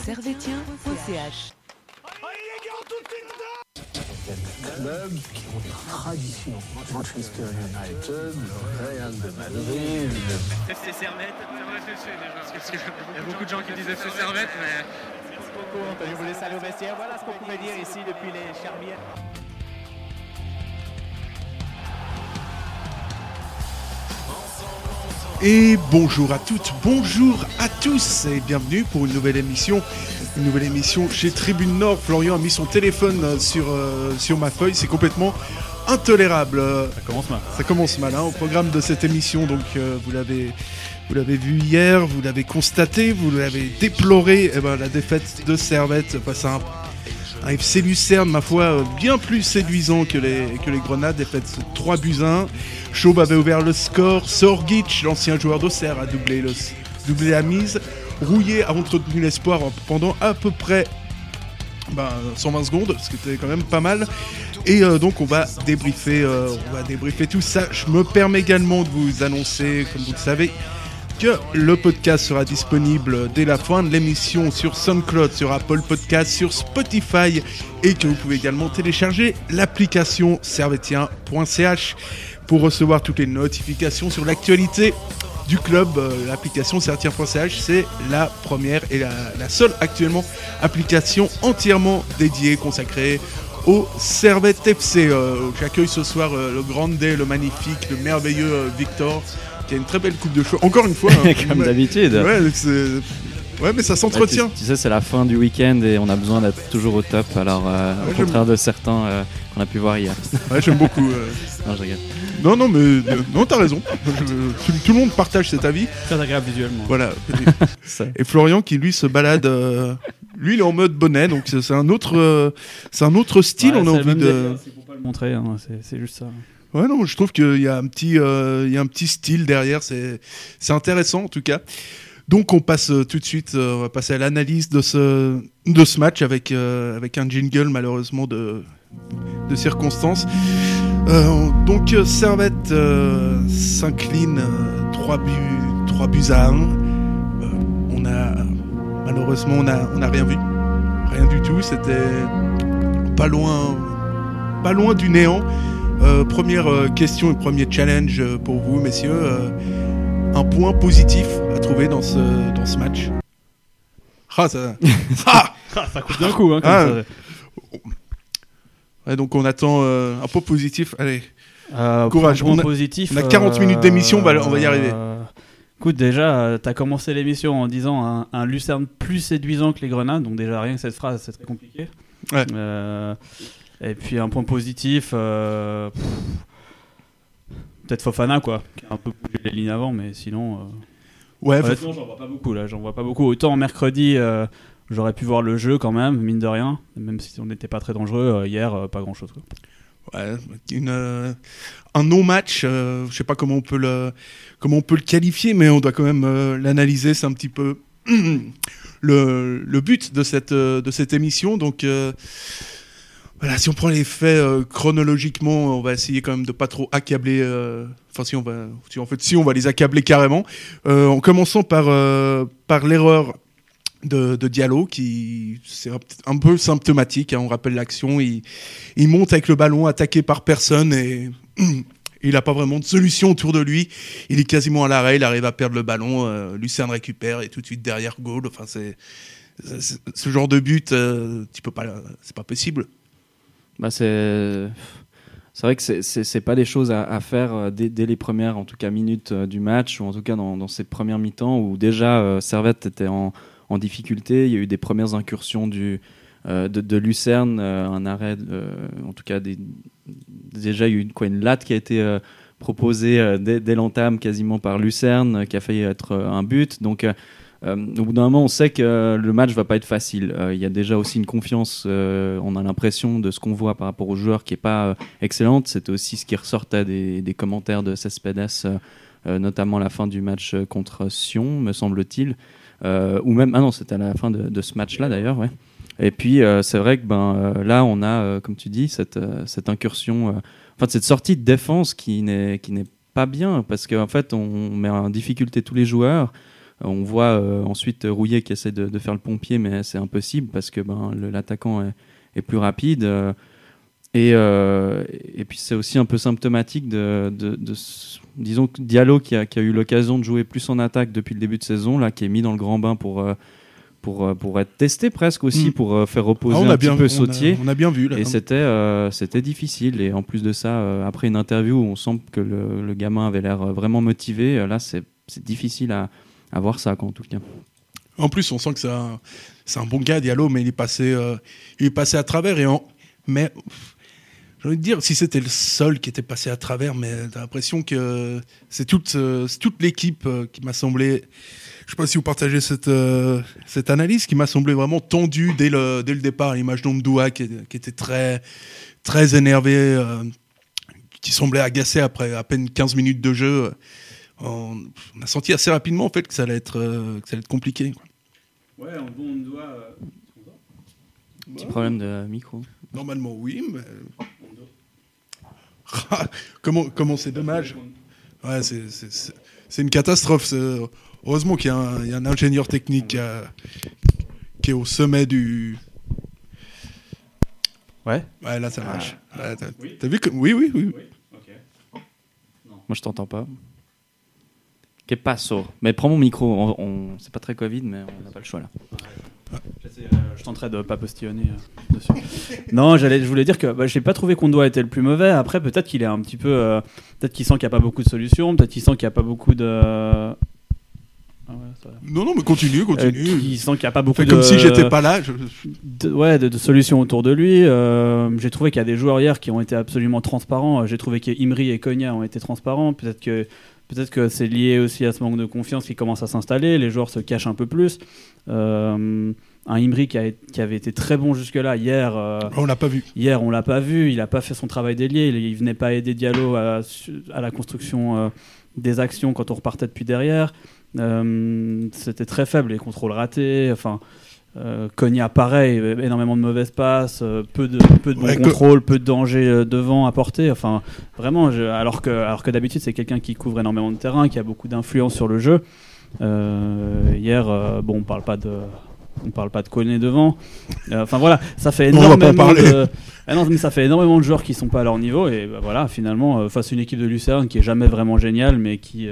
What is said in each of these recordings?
servetien.ch. Clubs qui ont une tradition. Manchester United, le Real de Madrid. FC Servette. Il y a beaucoup de gens qui disent FC Servette, mais... Merci beaucoup, Anthony. Vous laissez aller au vestiaire. Voilà ce qu'on pouvait dire ici depuis les Charmières. Et bonjour à toutes, bonjour à tous et bienvenue pour une nouvelle émission chez Tribune Nord. Florian a mis son téléphone sur ma feuille, c'est complètement intolérable. Ça commence mal au programme de cette émission, donc vous l'avez vu hier, vous l'avez constaté, vous l'avez déploré, la défaite de Servette face à un FC Lucerne, ma foi, bien plus séduisant que les Grenades, défaite 3-1. Schaub avait ouvert le score, Sorgic, l'ancien joueur d'Auxerre, a doublé la mise. Rouillet a entretenu l'espoir pendant à peu près 120 secondes, ce qui était quand même pas mal. Et donc on va débriefer tout ça. Je me permets également de vous annoncer, comme vous le savez, que le podcast sera disponible dès la fin de l'émission sur SoundCloud, sur Apple Podcast, sur Spotify, et que vous pouvez également télécharger l'application servetien.ch pour recevoir toutes les notifications sur l'actualité du club. L'application servetien.ch, c'est la première et la seule actuellement application entièrement dédiée, consacrée au Servette FC. J'accueille ce soir le grande, le magnifique, le merveilleux Victor, qui a une très belle coupe de cheveux, encore une fois. Comme d'habitude. Ouais, mais ça s'entretient. Tu sais, c'est la fin du week-end et on a besoin d'être toujours au top. Alors, au contraire de certains qu'on a pu voir hier. Ouais, j'aime beaucoup. Non, je rigole. Non, t'as raison. Tout le monde partage cet avis. Très agréable visuellement. Voilà. Et Florian qui lui se balade. Lui, il est en mode bonnet, donc c'est un autre style. Ouais, on a envie de. C'est pour pas le montrer, hein, c'est juste ça. Ouais, non, je trouve qu'il y a un petit style derrière. C'est intéressant en tout cas. Donc on passe tout de suite, on va passer à l'analyse de ce match avec un jingle malheureusement de circonstances. Donc Servette s'incline 3 buts à 1. Malheureusement on n'a rien vu, rien du tout. C'était pas loin du néant. Première question et premier challenge pour vous, messieurs. Un point positif à trouver dans ce match. Ça coûte d'un coup, hein, comme ça. Ouais, donc on attend un point positif. Allez, courage. On a 40 minutes d'émission, on va y arriver. Écoute, déjà, t'as commencé l'émission en disant un Lucerne plus séduisant que les Grenades, donc déjà rien que cette phrase, c'est très compliqué. Ouais. Et puis un point positif, peut-être Fofana, quoi, qui a un peu bougé les lignes avant, mais sinon... honnêtement, j'en vois pas beaucoup. Autant mercredi, j'aurais pu voir le jeu quand même, mine de rien, même si on n'était pas très dangereux. Hier, pas grand-chose, quoi. Ouais, un non-match, je sais pas comment on peut le qualifier, mais on doit quand même l'analyser. C'est un petit peu le but de cette émission. Donc voilà, si on prend les faits chronologiquement, on va essayer quand même de pas trop accabler. Si on va les accabler carrément, en commençant par l'erreur de Diallo, qui c'est un peu symptomatique, hein. On rappelle l'action, il monte avec le ballon attaqué par personne et il n'a pas vraiment de solution autour de lui. Il est quasiment à l'arrêt, il arrive à perdre le ballon, Lucerne récupère et tout de suite derrière goal. Enfin, c'est ce genre de but, tu peux pas, c'est pas possible. C'est vrai que c'est pas des choses à faire dès les premières, en tout cas, minutes du match, ou en tout cas dans cette première mi-temps où déjà Servette était en difficulté. Il y a eu des premières incursions de Lucerne, un arrêt, en tout cas déjà il y a eu une latte qui a été proposée dès l'entame quasiment par Lucerne, qui a failli être un but. Donc au bout d'un moment on sait que le match va pas être facile. Il y a déjà aussi une confiance, on a l'impression de ce qu'on voit par rapport aux joueurs qui est pas excellente. C'était aussi ce qui ressortait des commentaires de Cespedes, notamment à la fin du match contre Sion, me semble-t-il. Ou même c'était à la fin de ce match-là d'ailleurs, ouais. Et puis c'est vrai que là on a, comme tu dis, cette incursion, cette sortie de défense qui n'est pas bien, parce qu'en fait on met en difficulté tous les joueurs. On voit ensuite Rouillet qui essaie de faire le pompier, mais c'est impossible parce que l'attaquant est plus rapide. Et puis c'est aussi un peu symptomatique disons Diallo qui a eu l'occasion de jouer plus en attaque depuis le début de saison, là, qui est mis dans le grand bain pour être testé presque aussi, pour faire reposer un petit peu Sautier. On a bien vu là. Et c'était difficile. Et en plus de ça, après une interview où on sent que le gamin avait l'air vraiment motivé, là c'est difficile à voir ça, quoi, en tout cas. En plus, on sent que c'est un bon gars, Diallo, mais il est passé à travers. Mais j'ai envie de dire, si c'était le seul qui était passé à travers, mais t'as l'impression que c'est toute l'équipe qui m'a semblé. Je sais pas si vous partagez cette analyse, qui m'a semblé vraiment tendue dès le départ. L'image d'Omdoua qui était très, très énervé, qui semblait agacé après à peine 15 minutes de jeu. On a senti assez rapidement en fait que ça allait être compliqué, quoi. Ouais, en bon doigt. Petit problème de micro. Normalement oui, mais comment c'est dommage. Ouais, c'est une catastrophe. Heureusement qu'il y a un ingénieur technique qui est au sommet du. Ouais. Ouais, là ça marche. Ouais, t'as vu que oui. Ok. Non. Moi je t'entends pas. Qu'est pas sourd. Mais prends mon micro. C'est pas très Covid, mais on n'a pas le choix là. Je tenterai de pas postillonner dessus. Non, je voulais dire que je n'ai pas trouvé qu'Ondoa était le plus mauvais. Après, peut-être qu'il est un petit peu. Peut-être qu'il sent qu'il n'y a pas beaucoup de solutions. Peut-être qu'il sent qu'il n'y a pas beaucoup de. Non, mais continue. Il sent qu'il n'y a pas beaucoup comme si j'étais pas là. De solutions autour de lui. J'ai trouvé qu'il y a des joueurs hier qui ont été absolument transparents. J'ai trouvé qu'Imri et Konya ont été transparents. Peut-être que c'est lié aussi à ce manque de confiance qui commence à s'installer. Les joueurs se cachent un peu plus. Un Imri qui avait été très bon jusque-là. Hier, on l'a pas vu. Hier, on l'a pas vu. Il n'a pas fait son travail d'ailier. Il venait pas aider Diallo à la construction des actions quand on repartait depuis derrière. C'était très faible, les contrôles ratés. Enfin, Konya, pareil, énormément de mauvaises passes, peu de bons contrôles, peu de danger devant à porter. Enfin, vraiment, alors que d'habitude, c'est quelqu'un qui couvre énormément de terrain, qui a beaucoup d'influence sur le jeu. Hier, on parle pas de Koné devant. Enfin voilà, ça fait énormément ça fait énormément de joueurs qui sont pas à leur niveau. Et voilà, finalement, face à une équipe de Lucerne qui est jamais vraiment géniale, mais qui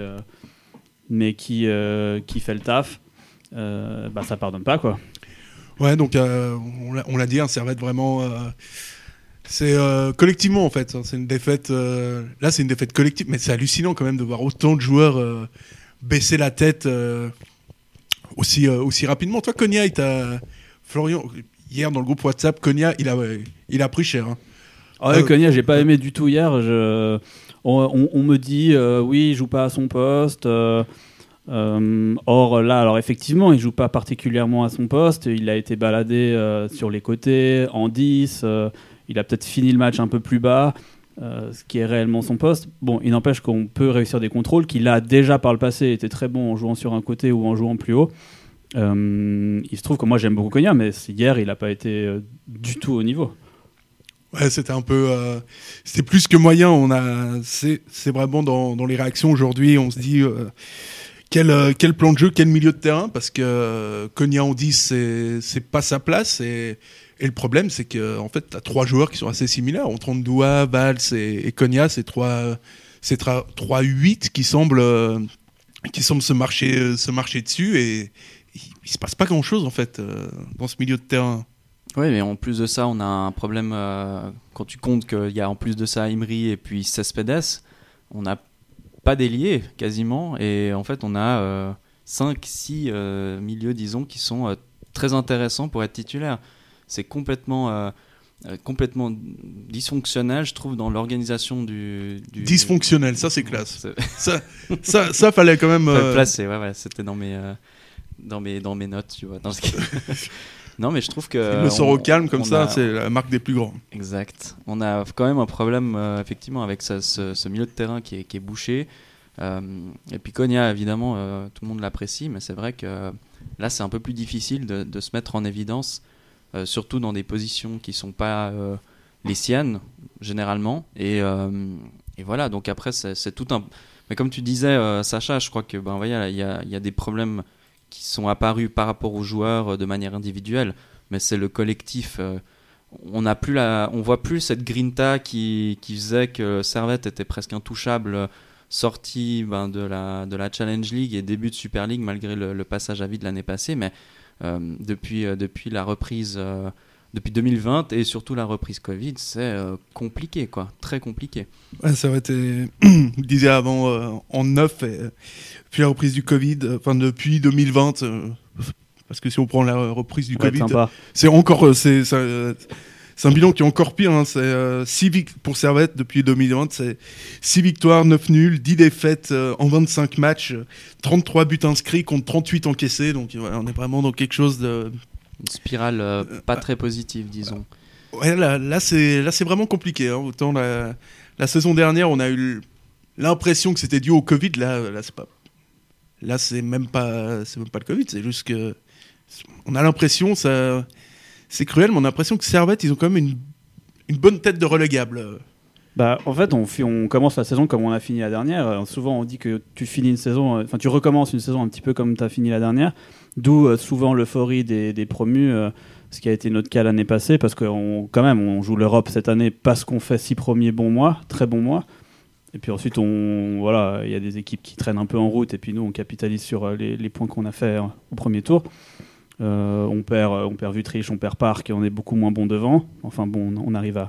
fait le taf, ça pardonne pas, quoi. Ouais, donc on l'a dit, Servette vraiment. C'est collectivement en fait. C'est une défaite. Là, c'est une défaite collective, mais c'est hallucinant quand même de voir autant de joueurs baisser la tête aussi rapidement. Toi, Konya, Florian, hier dans le groupe WhatsApp, Konya, il a pris cher. Hein. Ouais, Konya, j'ai pas aimé du tout hier. On me dit oui, il joue pas à son poste. Or là, alors effectivement, il joue pas particulièrement à son poste. Il a été baladé sur les côtés, en 10. Il a peut-être fini le match un peu plus bas, ce qui est réellement son poste. Bon, il n'empêche qu'on peut réussir des contrôles, qu'il a déjà par le passé été très bon en jouant sur un côté ou en jouant plus haut. Il se trouve que moi j'aime beaucoup Konya, mais hier il n'a pas été du tout au niveau. Ouais, c'était un peu, c'était plus que moyen. C'est vraiment dans les réactions aujourd'hui, on se dit quel plan de jeu, quel milieu de terrain, parce que Konya en 10 c'est pas sa place et le problème c'est que en fait t'as trois joueurs qui sont assez similaires entre Ondoua, Valls et Konya, c'est trois 8 qui semblent se marcher dessus et il se passe pas grand chose en fait dans ce milieu de terrain. Oui, mais en plus de ça, on a un problème quand tu comptes qu'il y a en plus de ça Imri et puis Cespedes, on n'a pas d'ailier quasiment, et en fait on a 5-6 milieux, disons, qui sont très intéressants pour être titulaires. C'est complètement dysfonctionnel, je trouve, dans l'organisation du... Dysfonctionnel, ça c'est classe. Ça fallait quand même... Fallait le placer, ouais, c'était dans mes notes, tu vois. Non, mais je trouve que... Il me sort au calme comme ça, c'est la marque des plus grands. Exact. On a quand même un problème, effectivement, avec ce milieu de terrain qui est bouché. Et puis Konya, évidemment, tout le monde l'apprécie, mais c'est vrai que là, c'est un peu plus difficile de se mettre en évidence, surtout dans des positions qui ne sont pas les siennes, généralement. Et voilà, donc après, c'est tout un... Mais comme tu disais, Sacha, je crois que il y a des problèmes sont apparus par rapport aux joueurs de manière individuelle, mais c'est le collectif. On voit plus cette grinta qui faisait que Servette était presque intouchable, sortie de la Challenge League et début de Super League malgré le passage à vide l'année passée, mais depuis la reprise, depuis 2020 et surtout la reprise Covid, c'est compliqué, quoi, très compliqué. Ouais, ça aurait été, je disais avant, en neuf, puis la reprise du Covid, depuis 2020, parce que si on prend la reprise du Covid, c'est encore, c'est un bilan qui est encore pire, hein. C'est 6 pour Servette depuis 2020, c'est 6 victoires, 9 nuls, 10 défaites en 25 matchs, 33 buts inscrits contre 38 encaissés, donc voilà, on est vraiment dans quelque chose de... Une spirale pas très positive, disons. Ouais, là c'est vraiment compliqué, hein. Autant la saison dernière, on a eu l'impression que c'était dû au Covid, là c'est même pas le Covid, c'est juste que on a l'impression, c'est cruel, mais on a l'impression que Servette, ils ont quand même une bonne tête de relégable. En fait, on commence la saison comme on a fini la dernière. Souvent, on dit que tu recommences une saison un petit peu comme tu as fini la dernière. D'où souvent l'euphorie des promus, ce qui a été notre cas l'année passée, parce qu'on joue l'Europe cette année parce qu'on fait 6 premiers bons mois, très bons mois. Et puis ensuite, il y a des équipes qui traînent un peu en route, et puis nous, on capitalise sur les points qu'on a fait au premier tour. On perd Vutriche, on perd Parc, et on est beaucoup moins bon devant. Enfin bon, on arrive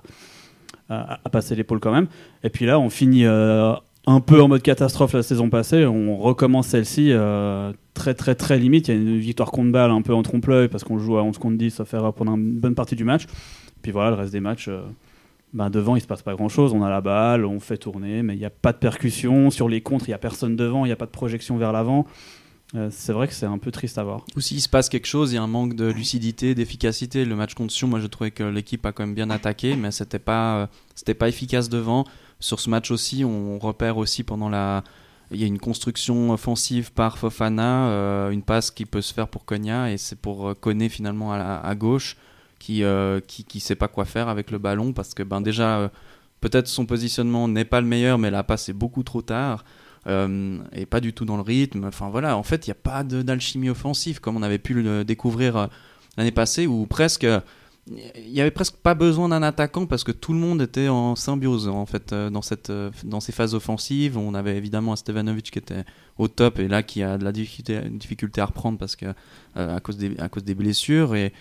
à passer l'épaule quand même. Et puis là, on finit un peu en mode catastrophe la saison passée. On recommence celle-ci très très très limite. Il y a une victoire contre balle un peu en trompe-l'œil parce qu'on joue à 11 contre 10, ça fait pendant une bonne partie du match. Puis voilà, le reste des matchs, devant il se passe pas grand-chose. On a la balle, on fait tourner, mais il n'y a pas de percussion. Sur les contres, il n'y a personne devant, il n'y a pas de projection vers l'avant. C'est vrai que c'est un peu triste à voir. Ou s'il se passe quelque chose, il y a un manque de lucidité, d'efficacité. Le match contre Sion, moi je trouvais que l'équipe a quand même bien attaqué, mais c'était pas efficace devant. Sur ce match aussi, on repère aussi il y a une construction offensive par Fofana, une passe qui peut se faire pour Konya, et c'est pour Koné finalement à gauche qui sait pas quoi faire avec le ballon, parce que déjà peut-être son positionnement n'est pas le meilleur, mais la passe est beaucoup trop tard. Et pas du tout dans le rythme. Enfin voilà, en fait il n'y a pas d'alchimie offensive comme on avait pu le découvrir l'année passée, où presque il n'y avait presque pas besoin d'un attaquant parce que tout le monde était en symbiose en fait dans ces phases offensives. On avait évidemment un Stevanovic qui était au top et là qui a de la difficulté à reprendre parce que à cause des blessures, et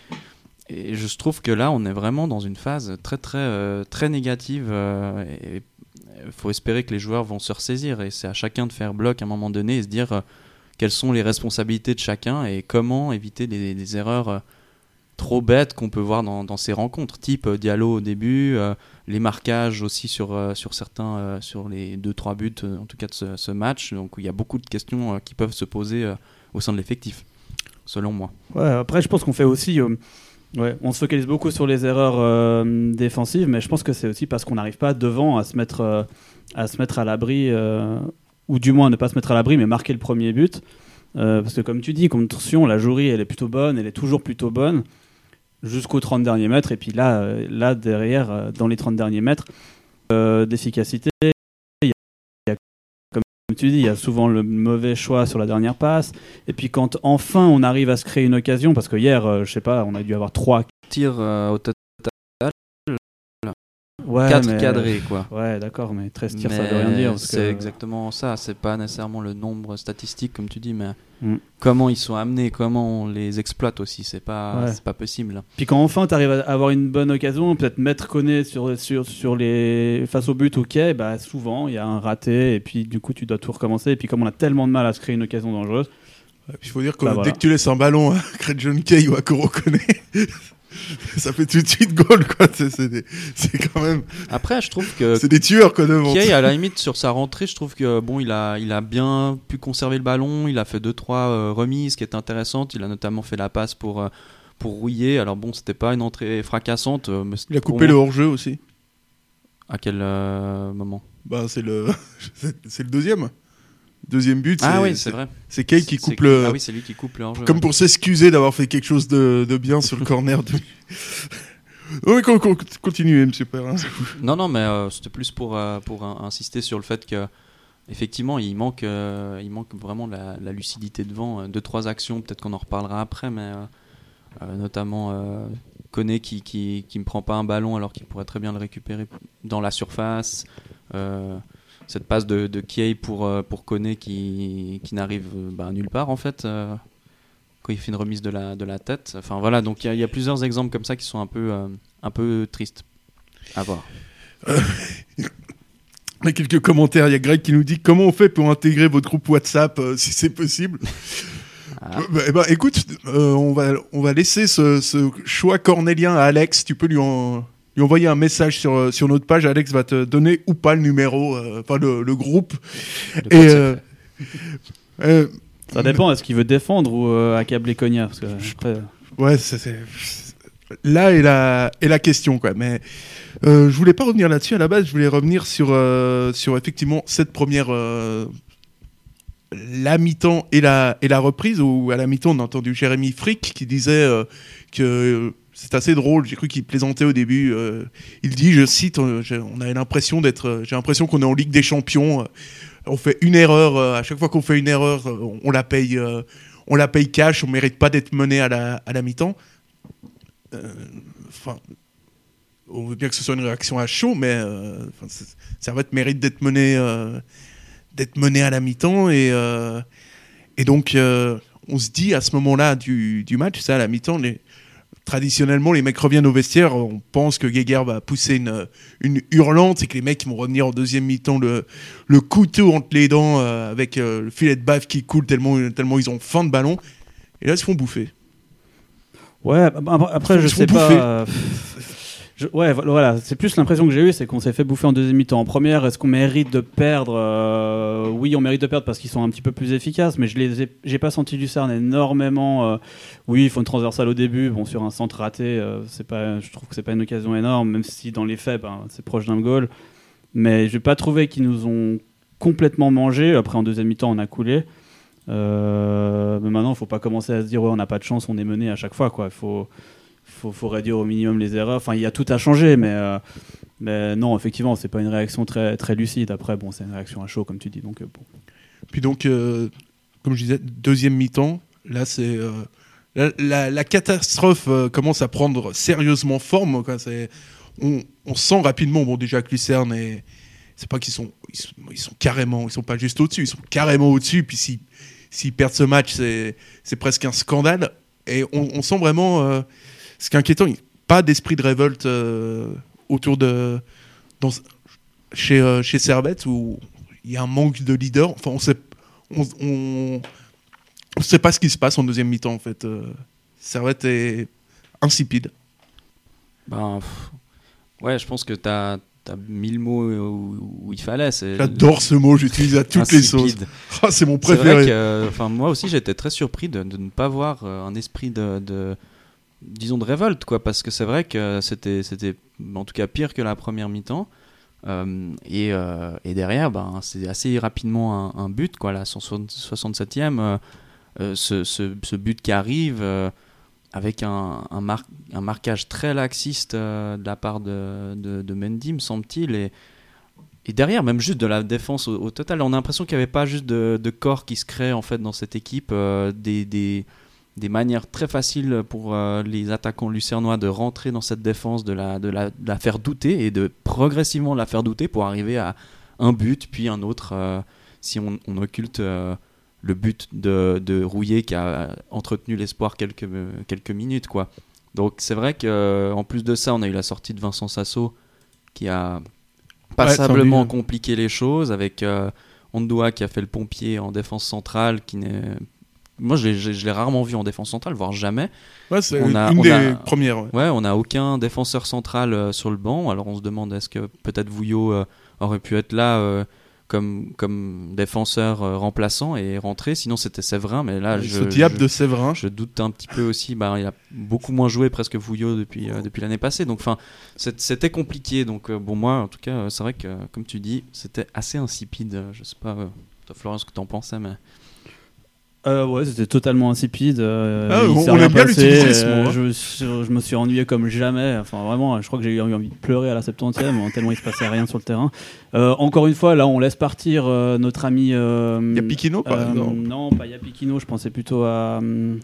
je trouve que là on est vraiment dans une phase très très très négative, et il faut espérer que les joueurs vont se ressaisir, et c'est à chacun de faire bloc à un moment donné et se dire quelles sont les responsabilités de chacun et comment éviter des erreurs trop bêtes qu'on peut voir dans ces rencontres, type Diallo au début, les marquages aussi sur certains, sur les 2-3 buts en tout cas de ce match. Donc il y a beaucoup de questions qui peuvent se poser au sein de l'effectif, selon moi. Ouais, après je pense qu'on fait aussi... on se focalise beaucoup sur les erreurs défensives, mais je pense que c'est aussi parce qu'on n'arrive pas devant à se mettre à l'abri, ou du moins à ne pas se mettre à l'abri, mais marquer le premier but. Parce que comme tu dis, contre Sion, la jouerie elle est plutôt bonne, elle est toujours plutôt bonne, jusqu'aux 30 derniers mètres, et puis là derrière, dans les 30 derniers mètres d'efficacité, comme tu dis, il y a souvent le mauvais choix sur la dernière passe. Et puis quand enfin on arrive à se créer une occasion, parce que hier, je sais pas, on a dû avoir 3 tirs au total. 4 cadrés, quoi. Ouais, d'accord, mais 13 tirs, ça veut rien dire. C'est exactement ça. C'est pas nécessairement le nombre statistique, comme tu dis, mais comment ils sont amenés, comment on les exploite aussi. C'est pas possible. Puis quand enfin tu arrives à avoir une bonne occasion, peut-être mettre Koné sur les face au but, ok, souvent il y a un raté, et puis du coup tu dois tout recommencer. Et puis comme on a tellement de mal à se créer une occasion dangereuse. Il faut dire que dès que tu laisses un ballon à John Kay ou à Koro Koné, ça fait tout de suite goal, quoi. C'est quand même. Après, je trouve que c'est des tueurs, quoi, devant. Kay, à la limite, sur sa rentrée, je trouve que il a bien pu conserver le ballon. Il a fait 2-3 remises qui étaient intéressantes. Il a notamment fait la passe pour Rouillet. Alors c'était pas une entrée fracassante. Mais il a coupé le hors-jeu aussi. À quel moment ? C'est le deuxième but. C'est vrai. C'est Kay qui coupe le. Ah oui, c'est lui qui coupe le hors-jeu. Comme pour s'excuser d'avoir fait quelque chose de bien sur le corner. Oui, continue, monsieur Perrin. Non, mais c'était plus pour insister sur le fait que effectivement, il manque vraiment la lucidité devant. 2-3 actions, peut-être qu'on en reparlera après, mais notamment Koné qui me prend pas un ballon alors qu'il pourrait très bien le récupérer dans la surface. Cette passe de Kiei pour Koné qui n'arrive nulle part en fait. Quand il fait une remise de la tête. Enfin voilà, donc il y a plusieurs exemples comme ça qui sont un peu tristes à voir. Il y a quelques commentaires. Il y a Greg qui nous dit comment on fait pour intégrer votre groupe WhatsApp si c'est possible. Écoute, on va laisser ce choix cornélien à Alex. Tu peux lui envoyer un message sur notre page. Alex va te donner ou pas le numéro, le groupe. Ça dépend, est-ce qu'il veut défendre ou accabler Konya parce que après... Ouais, là est la question, quoi. Mais je voulais pas revenir là-dessus à la base. Je voulais revenir sur effectivement cette première la mi-temps et la reprise. Où à la mi-temps on a entendu Jérémy Frick qui disait que c'est assez drôle. J'ai cru qu'il plaisantait au début. Il dit, je cite, j'ai l'impression qu'on est en Ligue des Champions. On fait une erreur, à chaque fois qu'on fait une erreur, on la paye cash, on mérite pas d'être mené à la mi-temps. On veut bien que ce soit une réaction à chaud, mais Servette mérite d'être mené à la mi-temps et donc on se dit à ce moment-là du match, ça à la mi-temps, traditionnellement, les mecs reviennent au vestiaire. On pense que Geiger va pousser une hurlante et que les mecs vont revenir en deuxième mi-temps le couteau entre les dents avec le filet de bave qui coule tellement ils ont faim de ballon. Et là, ils se font bouffer. Ouais, après, je sais pas. Voilà, c'est plus l'impression que j'ai eue, c'est qu'on s'est fait bouffer en deuxième mi-temps. En première, est-ce qu'on mérite de perdre Oui, on mérite de perdre parce qu'ils sont un petit peu plus efficaces, mais j'ai pas senti Lucerne énormément. Oui, il faut une transversale au début, sur un centre raté, je trouve que c'est pas une occasion énorme, même si dans les faits, c'est proche d'un goal. Mais j'ai pas trouvé qu'ils nous ont complètement mangé. Après, en deuxième mi-temps, on a coulé. Mais maintenant, il faut pas commencer à se dire on n'a pas de chance, on est mené à chaque fois, quoi. Faut réduire au minimum les erreurs. Enfin, il y a tout à changer, mais non, effectivement, c'est pas une réaction très, très lucide. Après, c'est une réaction à chaud, comme tu dis. Donc, bon. Puis donc, comme je disais, deuxième mi-temps, là, c'est la catastrophe commence à prendre sérieusement forme. Quoi. On sent rapidement, déjà que Lucerne c'est pas qu'ils sont carrément, ils sont pas juste au-dessus, ils sont carrément au-dessus. Puis s'ils perdent ce match, c'est presque un scandale. Et on sent vraiment. Ce qui est inquiétant, pas d'esprit de révolte autour chez Servette où il y a un manque de leader. Enfin, on sait pas ce qui se passe en deuxième mi-temps en fait. Servette est insipide. Ouais, je pense que t'as mis le mot où il fallait. J'adore ce mot, j'utilise à toutes les sauces. C'est mon préféré. C'est vrai que, moi aussi, j'étais très surpris de ne pas voir un esprit disons de révolte, quoi, parce que c'est vrai que c'était en tout cas pire que la première mi-temps. Et derrière, c'est assez rapidement un but, quoi, la 67e. Ce but qui arrive avec un marquage très laxiste de la part de Mendy, me semble-t-il, et derrière, même juste de la défense au total, on a l'impression qu'il n'y avait pas juste de corps qui se créent en fait dans cette équipe, des manières très faciles pour les attaquants lucernois de rentrer dans cette défense, de la faire douter et de progressivement la faire douter pour arriver à un but, puis un autre, si on occulte le but de Rouillet qui a entretenu l'espoir quelques minutes, quoi. Donc c'est vrai qu'en plus de ça, on a eu la sortie de Vincent Sasso qui a passablement compliqué les choses, avec Ondoa qui a fait le pompier en défense centrale, moi, je l'ai rarement vu en défense centrale, voire jamais. Ouais, c'est une des premières. Ouais, on n'a aucun défenseur central sur le banc. Alors, on se demande est-ce que peut-être Vouillot aurait pu être là comme défenseur remplaçant et rentrer. Sinon, c'était Séverin. Mais là, ce diable de Séverin. Je doute un petit peu aussi. Il a beaucoup moins joué presque Vouillot depuis l'année passée. Donc, c'était compliqué. Donc, moi, en tout cas, c'est vrai que, comme tu dis, c'était assez insipide. Je sais pas, toi, Florent, ce que tu en pensais, mais... Ouais, c'était totalement insipide. On aime bien l'utiliser ce mot. Je me suis ennuyé comme jamais. Enfin, vraiment, je crois que j'ai eu envie de pleurer à la 70e, tellement il se passait rien sur le terrain. Encore une fois, là, on laisse partir notre ami. Yapikino, par exemple. Non, pas Yapikino. Je pensais plutôt à.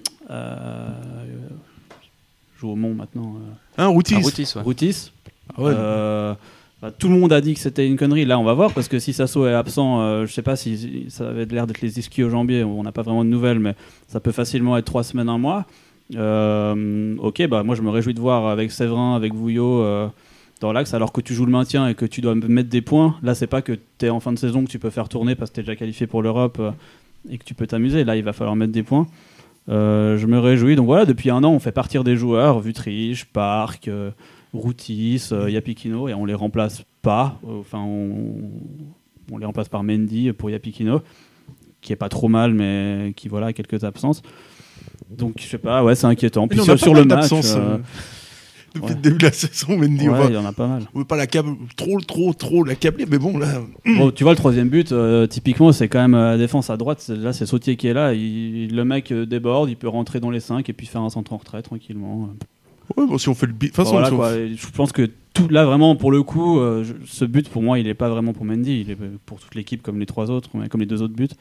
Joue au Mont maintenant. Routis. Routis. Ah ouais. Tout le monde a dit que c'était une connerie. Là, on va voir parce que si Sasso est absent, je sais pas si ça avait l'air d'être les ischios jambiers. On n'a pas vraiment de nouvelles, mais ça peut facilement être 3 semaines, 1 mois. Ok, moi je me réjouis de voir avec Séverin, avec Vouillot dans l'axe, alors que tu joues le maintien et que tu dois mettre des points. Là, c'est pas que tu es en fin de saison que tu peux faire tourner parce que tu es déjà qualifié pour l'Europe et que tu peux t'amuser. Là, il va falloir mettre des points. Je me réjouis. Donc voilà, depuis 1 an, on fait partir des joueurs, Vutriche, Park, Routis, Yapikino, et on les remplace pas. Enfin, on les remplace par Mendy pour Yapikino, qui est pas trop mal, mais qui a quelques absences. Donc je sais pas, c'est inquiétant. Puis sur le match, depuis le début de la saison, Mendy, il y en a pas mal. On veut pas trop l'accabler, mais bon là. Bon, tu vois le 3e but, typiquement, c'est quand même la défense à droite. Là, c'est Sautier qui est là. Le mec déborde, il peut rentrer dans les 5 et puis faire un centre en retrait tranquillement. Ouais, si on fait le but. Je pense que tout là vraiment pour le coup, ce but pour moi, il est pas vraiment pour Mendy, il est pour toute l'équipe comme les 3 autres, comme les 2 autres buts.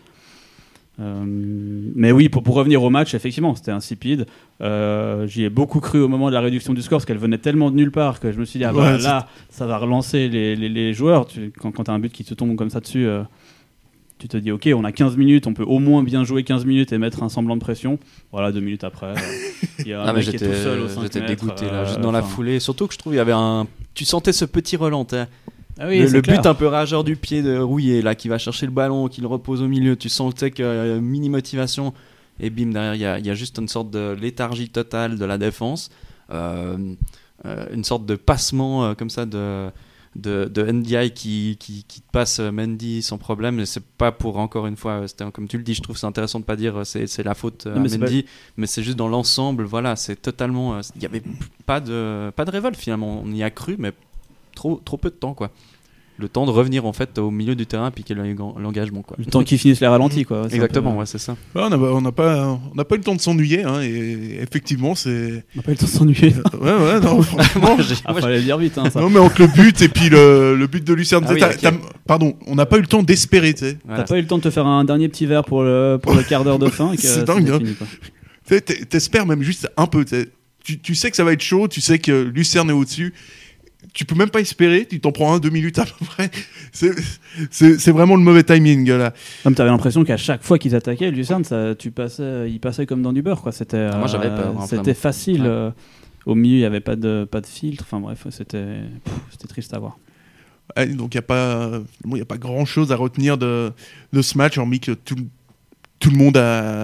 Mais oui, pour revenir au match, effectivement, c'était insipide. J'y ai beaucoup cru au moment de la réduction du score parce qu'elle venait tellement de nulle part que je me suis dit là, ça va relancer les joueurs. Quand tu as un but qui te tombe comme ça dessus, tu te dis ok, on a 15 minutes, on peut au moins bien jouer 15 minutes et mettre un semblant de pression. Voilà, 2 minutes après, il y a un mec qui est tout seul au 5 mètres. J'étais dégoûté là, juste dans la foulée. Surtout que je trouve il y avait tu sentais ce petit relent. Ah oui, le but un peu rageur du pied de Rouillet là, qui va chercher le ballon, qui le repose au milieu. Tu sentais qu'il y a mini motivation et bim, derrière il y a juste une sorte de léthargie totale de la défense, une sorte de passement comme ça de NDI qui passe Mendy sans problème. Et c'est pas pour, encore une fois, comme tu le dis, je trouve c'est intéressant de pas dire c'est la faute à Mendy, mais c'est juste dans l'ensemble, voilà, c'est totalement, il y avait pas de révolte finalement, on y a cru, mais trop peu de temps, quoi. Le temps de revenir en fait au milieu du terrain, piquer l'engagement, quoi. Le temps qu'ils finissent les ralentis, quoi. Exactement, c'est ça. Ouais, on n'a pas eu le temps de s'ennuyer, hein, et effectivement c'est. On n'a pas eu le temps de s'ennuyer. Non, franchement. Fallait le dire vite, hein, ça. Non, mais entre le but et puis le but de Lucerne, pardon, on n'a pas eu le temps d'espérer, tu sais. Voilà. T'as pas eu le temps de te faire un dernier petit verre pour le quart d'heure de fin. C'est dingue, hein. Fini, quoi. T'espères même juste un peu. Tu sais que ça va être chaud, tu sais que Lucerne est au-dessus. Tu peux même pas espérer, tu t'en prends 2 minutes à peu près. C'est vraiment le mauvais timing là. Comme t'avais l'impression qu'à chaque fois qu'ils attaquaient, Lucerne, il passait comme dans du beurre, quoi. C'était, moi j'avais peur. C'était facile. Ouais. Au milieu, il y avait pas de filtre. Enfin bref, c'était triste à voir. Donc il y a pas grand chose à retenir de ce match, hormis que tout le monde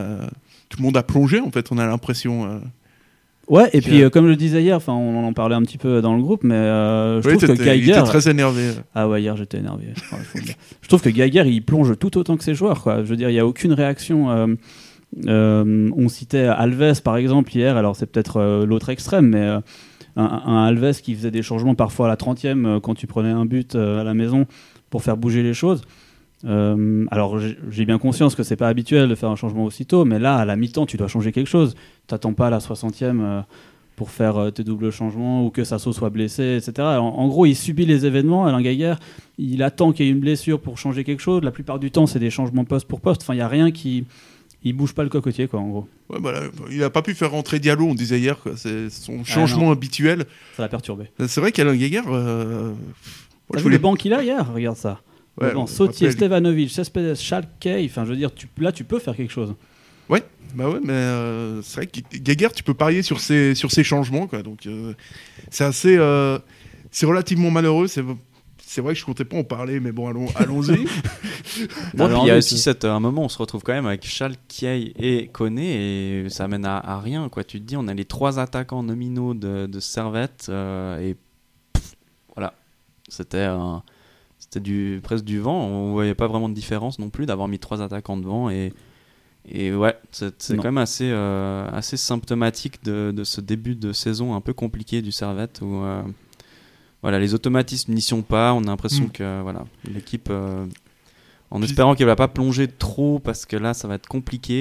a plongé en fait. On a l'impression. Ouais, et puis comme je le disais hier, on en parlait un petit peu dans le groupe, mais je trouve que Geiger... Il était très énervé. Ah ouais, hier j'étais énervé. Je trouve que Geiger, il plonge tout autant que ses joueurs, quoi. Je veux dire, il n'y a aucune réaction. On citait Alves, par exemple, hier. Alors c'est peut-être l'autre extrême, mais un Alves qui faisait des changements parfois à la 30e quand tu prenais un but à la maison pour faire bouger les choses. Alors j'ai bien conscience que c'est pas habituel de faire un changement aussitôt, mais là à la mi-temps tu dois changer quelque chose. T'attends pas à la 60e pour faire tes doubles changements ou que Sasso soit blessé, etc. En gros, il subit les événements. Alain Geiger, il attend qu'il y ait une blessure pour changer quelque chose. La plupart du temps, c'est des changements poste pour poste. Enfin, il y a rien il bouge pas le cocotier, quoi, en gros. Ouais, bah là, il a pas pu faire rentrer Diallo, on disait hier, quoi. C'est son changement habituel. Ça l'a perturbé. C'est vrai qu'Alain Geiger. T'as vu le banc qu'il a hier ? Regarde ça. Ouais, Sautier, Stevanovic, Cespedes, Schalke, enfin je veux dire, là tu peux faire quelque chose. Ouais, mais c'est vrai que Geiger, tu peux parier sur ses changements, quoi. Donc c'est assez, c'est relativement malheureux. C'est vrai que je comptais pas en parler, mais bon, allons-y. Il y a aussi un moment, on se retrouve quand même avec Schalke et Koné, et ça mène à rien, quoi. Tu te dis, on a les 3 attaquants nominaux de Servette, et voilà, c'était presque du vent. On voyait pas vraiment de différence non plus d'avoir mis 3 attaquants devant, et ouais, c'est quand même assez symptomatique de ce début de saison un peu compliqué du Servette, où voilà, les automatismes n'y sont pas. On a l'impression que voilà, l'équipe, en espérant qu'elle va pas plonger trop, parce que là ça va être compliqué,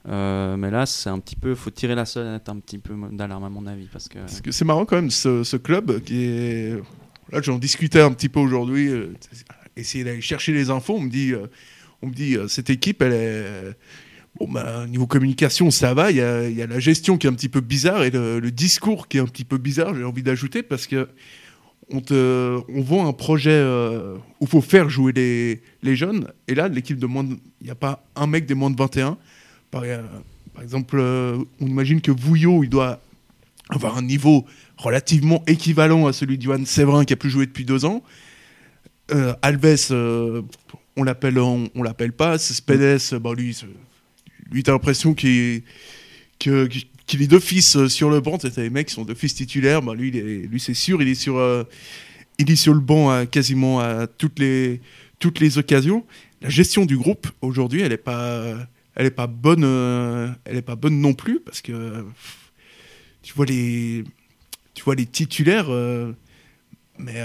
Mais là, c'est un petit peu, faut tirer la sonnette un petit peu d'alarme à mon avis, parce que c'est marrant quand même ce club qui est. Là, j'en discutais un petit peu aujourd'hui. Essayer d'aller chercher les infos, on me dit cette équipe, elle est. Niveau communication, ça va. Il y a la gestion qui est un petit peu bizarre et le discours qui est un petit peu bizarre. J'ai envie d'ajouter parce que on vend un projet où il faut faire jouer les jeunes. Et là, l'équipe de moins, il n'y a pas un mec des moins de 21. Par exemple, on imagine que Vouillot, il doit avoir un niveau relativement équivalent à celui d'Yoann Séverin qui a plus joué depuis 2 ans. Alves, on l'appelle pas. Spedes, lui, t'as l'impression qu'il est d'office sur le banc. T'as les mecs qui sont d'office titulaires. Lui, c'est sûr, il est sur le banc quasiment à toutes les occasions. La gestion du groupe aujourd'hui, elle est pas bonne non plus, parce que tu vois les titulaires, mais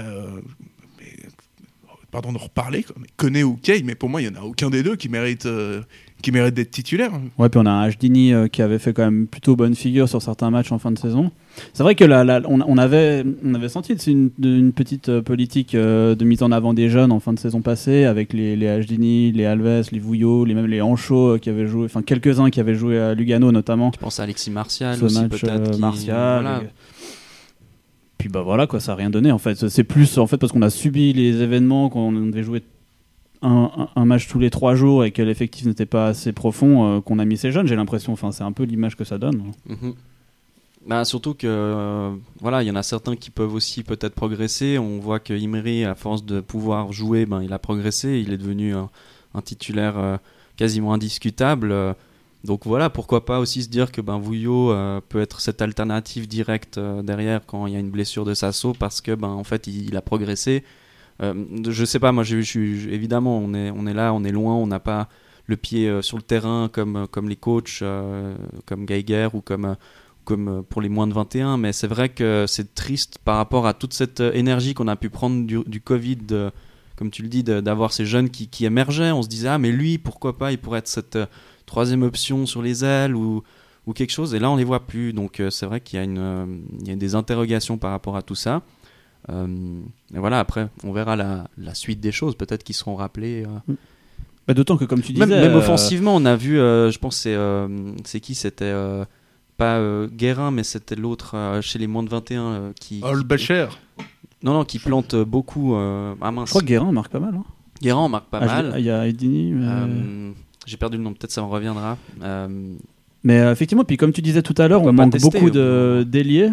pardon de reparler, mais Koné ou Kay, mais pour moi il y en a aucun des deux qui mérite d'être titulaire. Ouais, puis on a un Hdini qui avait fait quand même plutôt bonne figure sur certains matchs en fin de saison. C'est vrai que on avait senti une petite politique de mise en avant des jeunes en fin de saison passée, avec les Hdini, les Alves, les Vouillot, même les Ancho qui avaient joué, enfin quelques-uns qui avaient joué à Lugano notamment. Je pense à Alexis Martial ce aussi, match, peut-être. Martial. Voilà. Puis voilà quoi, ça n'a rien donné en fait. C'est plus en fait parce qu'on a subi les événements, qu'on devait jouer un match tous les 3 jours et que l'effectif n'était pas assez profond, qu'on a mis ces jeunes, j'ai l'impression. Enfin, c'est un peu l'image que ça donne. Mm-hmm. Surtout que il y en a certains qui peuvent aussi peut-être progresser. On voit que Imri, à force de pouvoir jouer, il a progressé. Il est devenu un titulaire quasiment indiscutable. Donc voilà, pourquoi pas aussi se dire que Vouillot peut être cette alternative directe derrière quand il y a une blessure de Sasso, parce que en fait il a progressé. Je sais pas, moi évidemment on est là, on est loin, on n'a pas le pied sur le terrain comme les coachs, comme Geiger ou comme pour les moins de 21, mais c'est vrai que c'est triste par rapport à toute cette énergie qu'on a pu prendre du Covid, comme tu le dis, d'avoir ces jeunes qui émergeaient. On se disait mais lui pourquoi pas, il pourrait être cette 3e option sur les ailes ou quelque chose, et là on les voit plus. Donc c'est vrai qu'il y a des interrogations par rapport à tout ça. Et voilà, après on verra la suite des choses, peut-être qu'ils seront rappelés. D'autant que comme tu disais, même offensivement on a vu, je pense c'est qui, c'était pas Guérin, mais c'était l'autre chez les moins de 21 qui Olbacher. Non, qui plante beaucoup. Mince. Je crois que Guérin marque pas mal. Guérin en marque pas mal. Il y a Edini. J'ai perdu le nom, peut-être ça me reviendra. Mais effectivement, puis comme tu disais tout à l'heure, on manque beaucoup d'ailiers.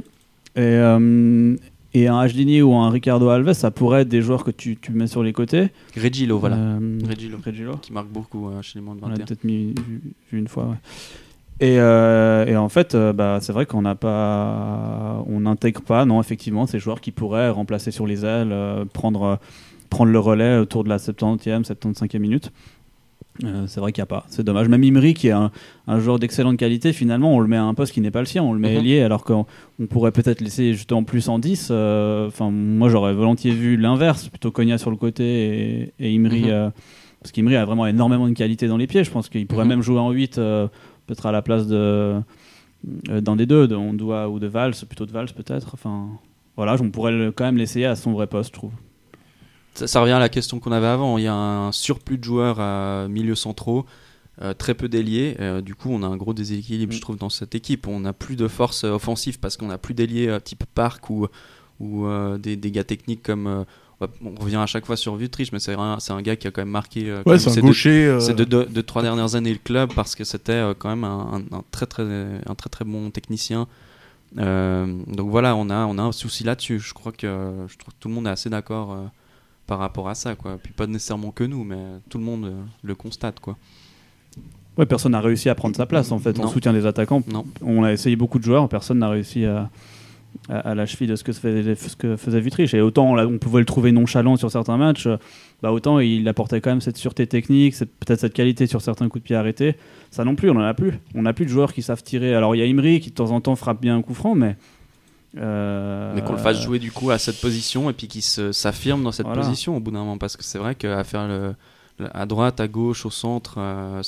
Et un Hdini ou un Ricardo Alves, ça pourrait être des joueurs que tu mets sur les côtés. Regillo, voilà. Regillo, qui marque beaucoup chez les moins de 21. On l'a peut-être vu une fois, ouais. Et en fait, c'est vrai qu'on n'intègre pas, non, effectivement, ces joueurs qui pourraient remplacer sur les ailes, prendre le relais autour de la 70e, 75e minute. C'est vrai qu'il n'y a pas, c'est dommage. Même Imri, qui est un joueur d'excellente qualité, finalement on le met à un poste qui n'est pas le sien, on le met ailier, alors qu'on pourrait peut-être laisser justement plus en 10. Moi j'aurais volontiers vu l'inverse, plutôt Konya sur le côté et Imri, parce qu'Imri a vraiment énormément de qualité dans les pieds. Je pense qu'il pourrait même jouer en 8, peut-être à la place d'un des deux, de Ondua ou de Valls, plutôt de Valls peut-être. Enfin voilà, on pourrait quand même l'essayer à son vrai poste, je trouve. Ça revient à la question qu'on avait avant. Il y a un surplus de joueurs à milieu centraux, très peu d'ailiers. Du coup, on a un gros déséquilibre, je trouve, dans cette équipe. On n'a plus de force offensive parce qu'on n'a plus d'ailiers type Park ou des gars techniques comme. On revient à chaque fois sur Vutric, mais c'est un gars qui a quand même marqué c'est un gaucher, ces 2-3 dernières années le club, parce que c'était quand même un très très bon technicien. Donc voilà, on a un souci là-dessus. Je trouve que tout le monde est assez d'accord par rapport à ça, quoi. Puis pas nécessairement que nous, mais tout le monde le constate, quoi. Ouais, personne n'a réussi à prendre sa place en fait en soutien des attaquants. Non. On a essayé beaucoup de joueurs, personne n'a réussi à la cheville de ce que faisait Vutric. Et autant on pouvait le trouver nonchalant sur certains matchs, autant il apportait quand même cette sûreté technique, peut-être cette qualité sur certains coups de pied arrêtés. Ça non plus, on n'en a plus. On n'a plus de joueurs qui savent tirer. Alors il y a Imri qui de temps en temps frappe bien un coup franc, mais qu'on le fasse jouer du coup à cette position et puis qu'il s'affirme dans cette position au bout d'un moment, parce que c'est vrai qu'à faire à droite, à gauche, au centre,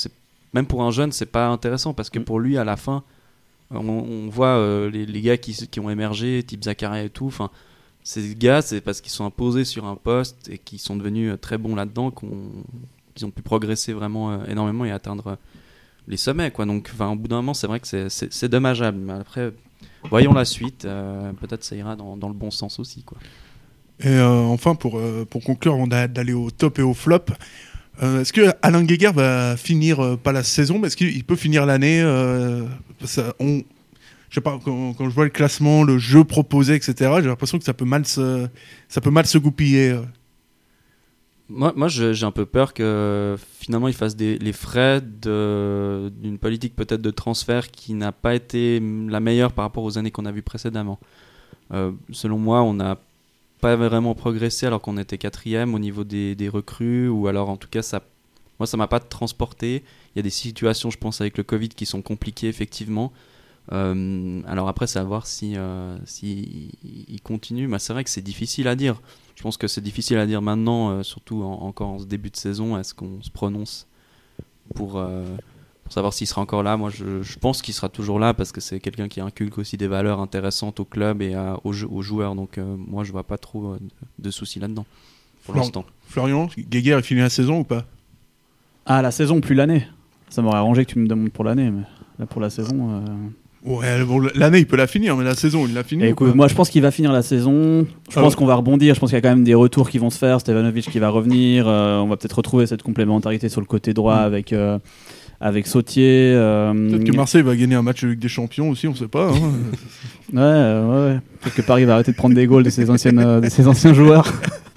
même pour un jeune, c'est pas intéressant parce que pour lui, à la fin, on voit les gars qui ont émergé, type Zakaria et tout. Enfin, ces gars, c'est parce qu'ils sont imposés sur un poste et qu'ils sont devenus très bons là-dedans qu'ils ont pu progresser vraiment énormément et atteindre les sommets, quoi. Donc, au bout d'un moment, c'est vrai que c'est dommageable. Mais après, voyons la suite. Peut-être ça ira dans le bon sens aussi, quoi. Et enfin, pour conclure, avant d'aller au top et au flop, est-ce que Alain Guéguer va finir pas la saison, mais est-ce qu'il peut finir l'année je sais pas, quand je vois le classement, le jeu proposé, etc., j'ai l'impression que ça peut mal se goupiller. Moi, j'ai un peu peur que finalement il fasse les frais d'une politique peut-être de transfert qui n'a pas été la meilleure par rapport aux années qu'on a vues précédemment. Selon moi, on n'a pas vraiment progressé alors qu'on était 4e au niveau des recrues, ou alors en tout cas ça m'a pas transporté. Il y a des situations, je pense, avec le Covid qui sont compliquées effectivement. Alors après, c'est à voir si il continue. Mais c'est vrai que c'est difficile à dire. Je pense que c'est difficile à dire maintenant, surtout encore en ce début de saison. Est-ce qu'on se prononce pour savoir s'il sera encore là? Moi, je pense qu'il sera toujours là parce que c'est quelqu'un qui inculque aussi des valeurs intéressantes au club et aux joueurs. Donc moi, je vois pas trop de soucis là-dedans pour l'instant. Florian, Guéguer, il finit la saison ou pas? Ah, la saison, plus l'année. Ça m'aurait arrangé que tu me demandes pour l'année, mais là, pour la saison... Ouais, bon, l'année, il peut la finir, mais la saison, il l'a fini. Écoute, moi, je pense qu'il va finir la saison. Je pense qu'on va rebondir. Je pense qu'il y a quand même des retours qui vont se faire. Stevanovic qui va revenir. On va peut-être retrouver cette complémentarité sur le côté droit avec Sautier. Peut-être que Marseille va gagner un match de Ligue des Champions aussi, on ne sait pas. Hein. Ouais. Peut-être que Paris va arrêter de prendre des goals de ses anciens joueurs.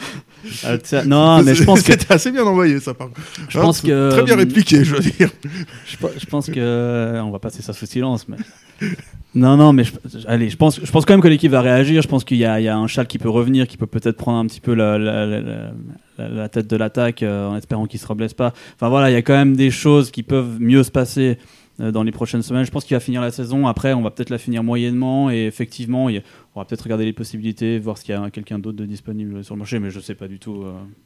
Non, mais je pense que c'était assez bien envoyé, ça. Je pense que très bien répliqué, je veux dire. Je pense que on va passer ça sous silence, mais non, mais je pense quand même que l'équipe va réagir. Je pense qu'il y a un Schalke qui peut revenir, qui peut peut-être prendre un petit peu la tête de l'attaque en espérant qu'il se reblesse pas. Enfin voilà, il y a quand même des choses qui peuvent mieux se passer dans les prochaines semaines. Je pense qu'il va finir la saison. Après, on va peut-être la finir moyennement et effectivement, on va peut-être regarder les possibilités, voir s'il y a quelqu'un d'autre de disponible sur le marché, mais je sais pas du tout.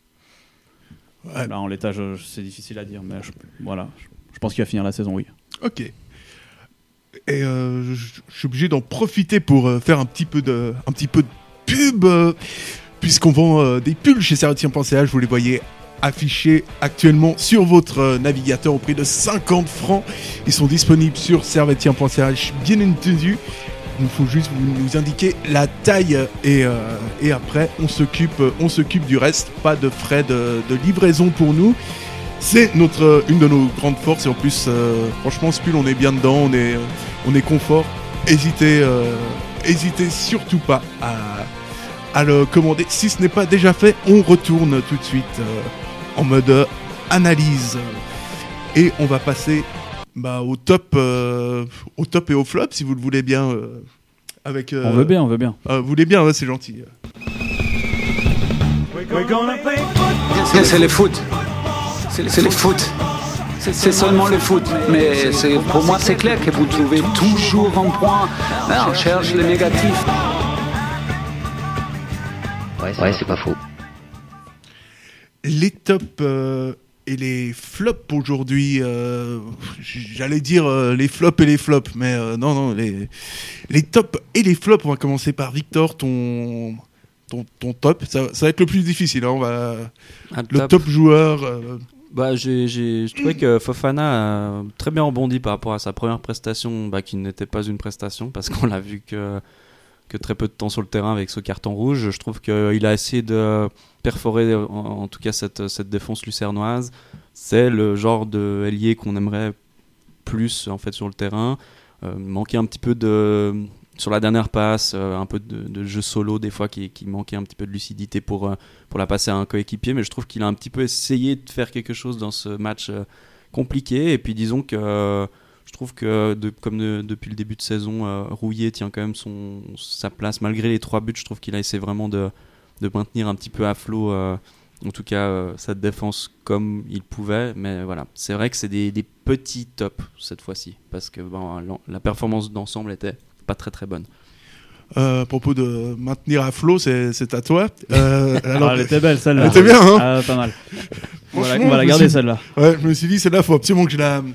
Ouais. Là, en l'état, c'est difficile à dire, mais je pense qu'il va finir la saison, oui. Ok. Et je suis obligé d'en profiter pour faire un petit peu de pub, puisqu'on vend des pulls chez Servetien.ch. Vous les voyez affichés actuellement sur votre navigateur au prix de 50 francs. Ils sont disponibles sur Servetien.ch, bien entendu. Il faut juste nous indiquer la taille et après on s'occupe du reste. Pas de frais de livraison pour nous. C'est une de nos grandes forces et en plus franchement ce pull on est bien dedans, on est confort. Hésitez surtout pas à le commander. Si ce n'est pas déjà fait, on retourne tout de suite en mode analyse et on va passer au top et au flop si vous le voulez bien. Avec, on veut bien. Vous voulez bien, ouais, c'est gentil. C'est le foot. C'est le foot. C'est seulement le foot. Mais pour moi, c'est clair que vous trouvez toujours un point. On cherche le négatif. Ouais, c'est pas faux. Les tops et les flops aujourd'hui, j'allais dire les flops et les flops, mais non, les tops et les flops. On va commencer par Victor, ton top. Ça va être le plus difficile. Hein. Le top joueur. Je trouvais que Fofana a très bien rebondi par rapport à sa première prestation, qui n'était pas une prestation parce qu'on l'a vu que très peu de temps sur le terrain avec ce carton rouge. Je trouve qu'il a essayé de perforer en tout cas cette défense lucernoise. C'est le genre de ailier qu'on aimerait plus en fait sur le terrain. Manquait un petit peu sur la dernière passe, un peu de jeu solo des fois qui manquait un petit peu de lucidité pour la passer à un coéquipier, mais je trouve qu'il a un petit peu essayé de faire quelque chose dans ce match compliqué. Et puis disons que je trouve que depuis le début de saison, Rouillet tient quand même sa place malgré les 3 buts. Je trouve qu'il a essayé vraiment de maintenir un petit peu à flot en tout cas sa défense comme il pouvait, mais voilà, c'est vrai que c'est des petits tops cette fois-ci parce que la performance d'ensemble était pas très très bonne. À propos de maintenir à flot, c'est à toi. Elle était belle celle-là. Elle était bien, hein. Pas mal. On va la garder celle-là. Ouais, je me suis dit celle-là, faut absolument que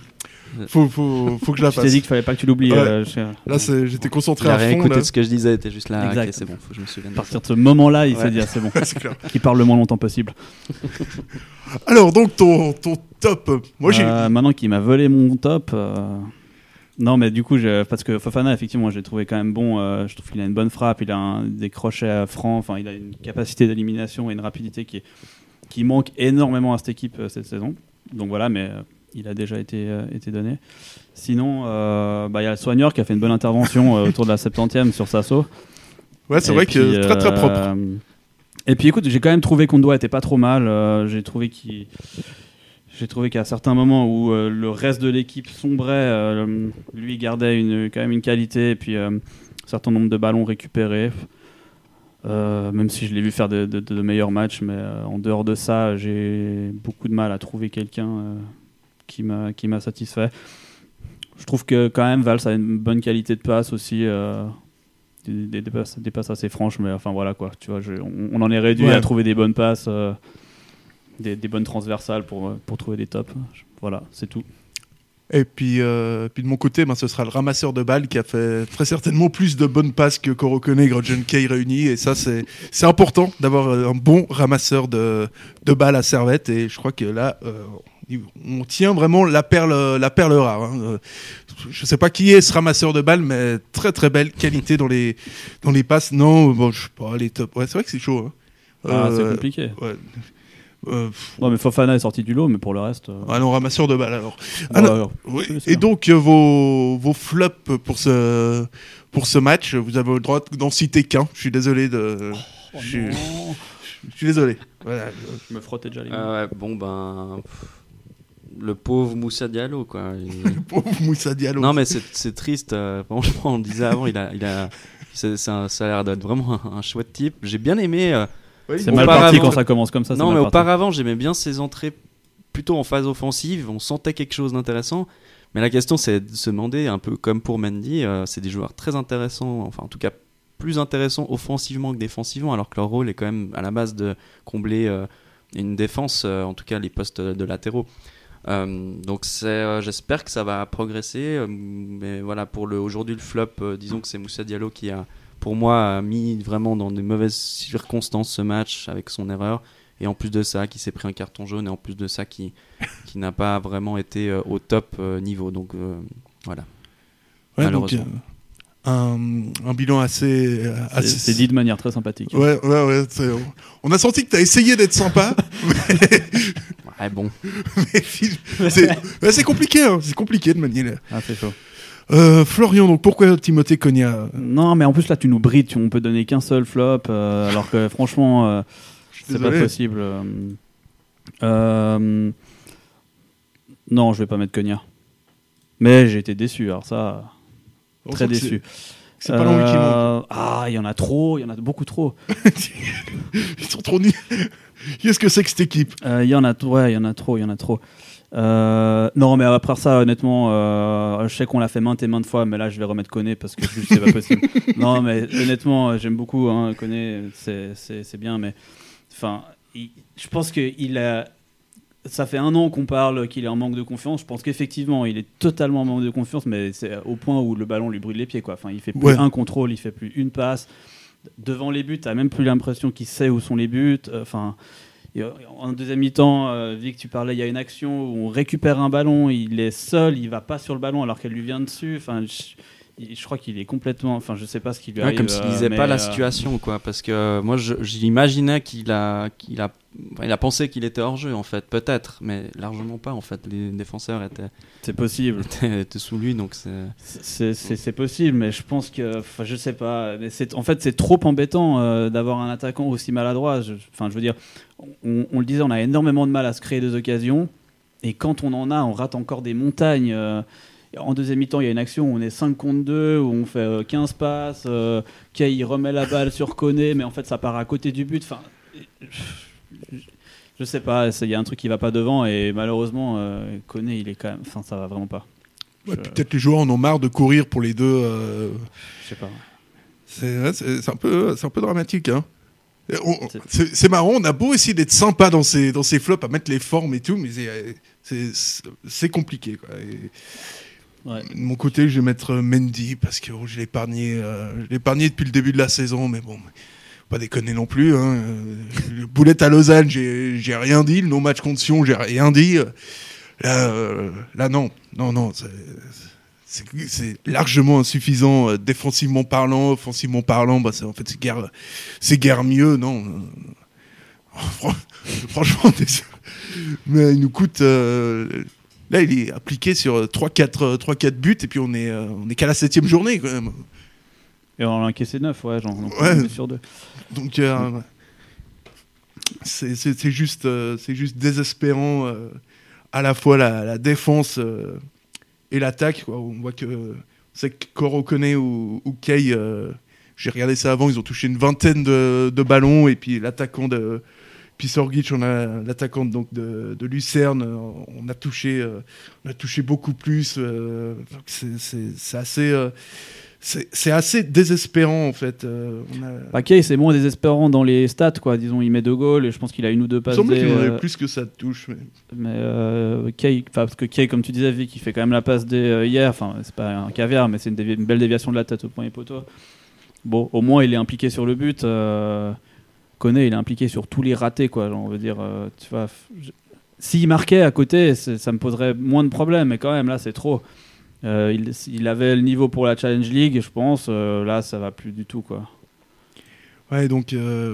Faut que je la fasse. Je t'ai dit qu'il fallait pas que tu l'oublies. Ouais. Là, j'étais concentré Il a à rien fond. écouté Là. de ce que je disais, était juste là. Exact. Ok, c'est bon, faut que je me souvienne. À partir de ce moment-là, il Ouais. s'est dit c'est bon. C'est clair. Qu'il parle le moins longtemps possible. Alors, donc, ton top. Moi, j'ai. Maintenant qu'il m'a volé mon top. Non, mais du coup, parce que Fofana, effectivement, j'ai trouvé quand même bon. Je trouve qu'il a une bonne frappe, il a des crochets francs, enfin, il a une capacité d'élimination et une rapidité qui manque énormément à cette équipe cette saison. Donc voilà, mais il a déjà été donné. Sinon, il y a le soigneur qui a fait une bonne intervention autour de la 70e sur Sasso. Ouais, c'est vrai que très très propre. Et puis écoute, j'ai quand même trouvé qu'Ondoa était pas trop mal. J'ai trouvé qu'à certains moments où le reste de l'équipe sombrait, lui gardait quand même une qualité et puis un certain nombre de ballons récupérés. Même si je l'ai vu faire de meilleurs matchs, mais en dehors de ça, j'ai beaucoup de mal à trouver quelqu'un qui m'a satisfait. Je trouve que quand même Valls a une bonne qualité de passe aussi. Des passes assez franches, mais enfin voilà quoi, tu vois, on en est réduit à trouver des bonnes passes, des bonnes transversales pour trouver des tops. Voilà, c'est tout. Et puis de mon côté, ce sera le ramasseur de balles qui a fait très certainement plus de bonnes passes que Korokone et Grodjon Kay réunis. Et ça, c'est important d'avoir un bon ramasseur de balles à Servette. Et je crois que là, on tient vraiment la perle rare. Hein. Je sais pas qui est ce ramasseur de balles, mais très très belle qualité dans les passes. Non, bon, je sais pas, les tops. Ouais, c'est vrai que c'est chaud. Hein. C'est compliqué. Ouais. Non, mais Fofana est sorti du lot, mais pour le reste. Ah non, ramasseur de balles alors. Oui. Et donc vos flops pour ce match, vous avez le droit d'en citer qu'un. Je suis désolé de. Je suis désolé. Voilà. Je me frottais déjà les mains. Le pauvre Moussa Diallo, quoi. Le pauvre Moussa Diallo. Non, mais c'est triste. Franchement, on le disait avant, ça a l'air d'être vraiment un chouette type. J'ai bien aimé. C'est mal parti quand ça commence comme ça. Non, mais auparavant, j'aimais bien ses entrées plutôt en phase offensive. On sentait quelque chose d'intéressant. Mais la question, c'est de se demander, un peu comme pour Mendy, c'est des joueurs très intéressants, enfin en tout cas plus intéressants offensivement que défensivement, alors que leur rôle est quand même à la base de combler une défense, en tout cas les postes de latéraux. Donc j'espère que ça va progresser. Mais voilà, aujourd'hui le flop, disons que c'est Moussa Diallo qui a, pour moi, mis vraiment dans de mauvaises circonstances ce match avec son erreur. Et en plus de ça, qui s'est pris un carton jaune, et en plus de ça, qui n'a pas vraiment été au top niveau. Donc voilà. Ouais, malheureusement. Donc, un bilan assez... C'est dit de manière très sympathique. Ouais. On a senti que tu as essayé d'être sympa. Ouais, bon. Mais c'est compliqué, hein. C'est compliqué de manier. Ah, c'est chaud. Florian, donc pourquoi Timothée Cogna? Non, mais en plus là, tu nous brides. On peut donner qu'un seul flop, alors que franchement, c'est pas possible. Non, je vais pas mettre Cogna. Mais j'ai été déçu. Alors ça, très déçu. C'est pas l'envie qui manque. Il y en a trop, il y en a beaucoup trop. Ils sont trop nuls. Qu'est-ce que c'est que cette équipe? Il y en a trop. Non, mais après ça, honnêtement, je sais qu'on l'a fait maintes et maintes fois, mais là, je vais remettre Koné parce que juste, c'est pas possible. Non, mais honnêtement, j'aime beaucoup Koné, c'est bien, mais enfin, je pense ça fait 1 an qu'on parle qu'il est en manque de confiance. Je pense qu'effectivement, il est totalement en manque de confiance, mais c'est au point où le ballon lui brûle les pieds, quoi. Enfin, il fait plus un contrôle, il fait plus une passe. Devant les buts, t'as même plus l'impression qu'il sait où sont les buts. Enfin, en deuxième mi-temps, vu que tu parlais, il y a une action où on récupère un ballon, il est seul, il va pas sur le ballon alors qu'elle lui vient dessus. Enfin, je crois qu'il est complètement. Enfin, je sais pas ce qui lui arrive. Comme s'il lisait pas la situation, quoi. Parce que moi, j'imaginais qu'il a pensé qu'il était hors jeu, en fait, peut-être, mais largement pas, en fait. Les défenseurs étaient. C'est possible. étaient sous lui, donc c'est possible, mais je pense que, enfin, je sais pas. Mais en fait, c'est trop embêtant d'avoir un attaquant aussi maladroit. Je veux dire, on le disait, on a énormément de mal à se créer des occasions, et quand on en a, on rate encore des montagnes. En deuxième mi-temps, il y a une action où on est 5 contre 2, où on fait 15 passes, Kay remet la balle sur Koné, mais en fait ça part à côté du but. Enfin, je sais pas, il y a un truc qui va pas devant, et malheureusement Koné, il est quand même, enfin ça va vraiment pas. Peut-être les joueurs en ont marre de courir pour les deux. Je sais pas. C'est un peu dramatique, hein. C'est marrant, on a beau essayer d'être sympa dans ces flops, à mettre les formes et tout, mais c'est compliqué, quoi. Ouais. De mon côté, je vais mettre Mendy parce que je l'ai épargné depuis le début de la saison, mais bon, faut pas déconner non plus. Hein. Le boulette à Lausanne, j'ai rien dit. Le non-match contre Sion, j'ai rien dit. Là, non, c'est largement insuffisant défensivement parlant, offensivement parlant. Bah, en fait, c'est guère mieux, non. Franchement, mais il nous coûte. Là, il est appliqué sur 3-4 buts et puis on est qu'à la 7e journée quand même. Et on a encaissé 9, ouais, on est sur 2. Donc c'est juste désespérant à la fois la défense et l'attaque, quoi. On voit que c'est que Korokone ou Kay, j'ai regardé ça avant, ils ont touché une vingtaine de ballons et puis l'attaquant de Sorgic, on a l'attaquante donc de Lucerne, on a touché beaucoup plus. C'est assez désespérant en fait. Kay, c'est moins désespérant dans les stats, quoi. Disons, il met 2 goals et je pense qu'il a 1 ou 2 passes. Il semble qu'il en avait plus que ça de touche. Mais Kay, parce que Kay, comme tu disais, Vic, il fait quand même la passe hier. Enfin, c'est pas un caviar, mais c'est une belle déviation de la tête au premier poteau. Bon, au moins il est impliqué sur le but. Koné, il est impliqué sur tous les ratés, quoi. Genre, on veut dire, tu vois, s'il marquait à côté, ça me poserait moins de problèmes, mais quand même là, c'est trop. Il avait le niveau pour la Challenge League, je pense. Là, ça va plus du tout, quoi. Ouais, donc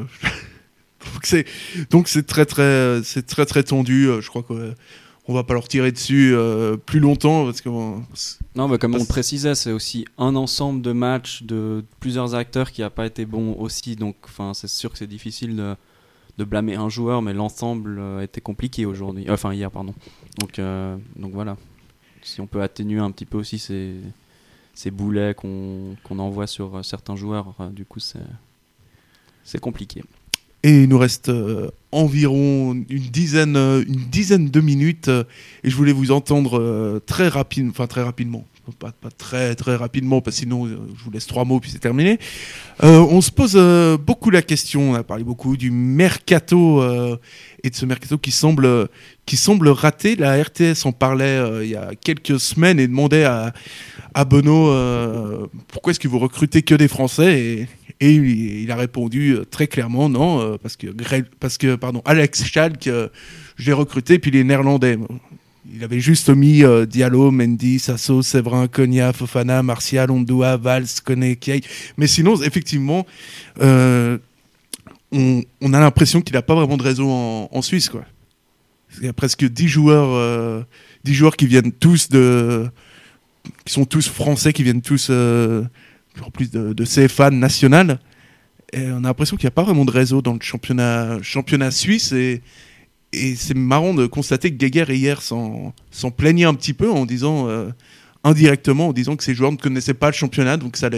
c'est très très tendu. Je crois qu'on va pas leur tirer dessus plus longtemps parce que non, bah, comme on le précisait, c'est aussi un ensemble de matchs de plusieurs acteurs qui a pas été bon aussi. Donc, enfin, c'est sûr que c'est difficile de blâmer un joueur, mais l'ensemble était compliqué hier, pardon. Donc voilà. Si on peut atténuer un petit peu aussi ces boulets qu'on envoie sur certains joueurs, du coup c'est compliqué. Et il nous reste environ une dizaine de minutes et je voulais vous entendre très rapidement. Pas très très rapidement parce que sinon je vous laisse 3 mots puis c'est terminé. On se pose beaucoup la question, on a parlé beaucoup du mercato et de ce mercato qui semble raté. La RTS en parlait il y a quelques semaines et demandait à Benoît pourquoi est-ce que vous recrutez que des Français et il a répondu très clairement non parce que Alex Schalk je l'ai recruté puis il est néerlandais. Il avait juste mis Diallo, Mendy, Sasso, Séverin, Konya, Fofana, Martial, Ondoa, Valls, Koné, Kiai. Mais sinon, effectivement, on a l'impression qu'il n'a pas vraiment de réseau en Suisse, quoi. Il y a presque 10 joueurs qui viennent tous qui sont tous français, qui viennent tous en plus de CFA national. Et on a l'impression qu'il n'y a pas vraiment de réseau dans le championnat suisse et c'est marrant de constater que Geiger hier s'en plaignait un petit peu en disant indirectement en disant que ces joueurs ne connaissaient pas le championnat, donc que ça allait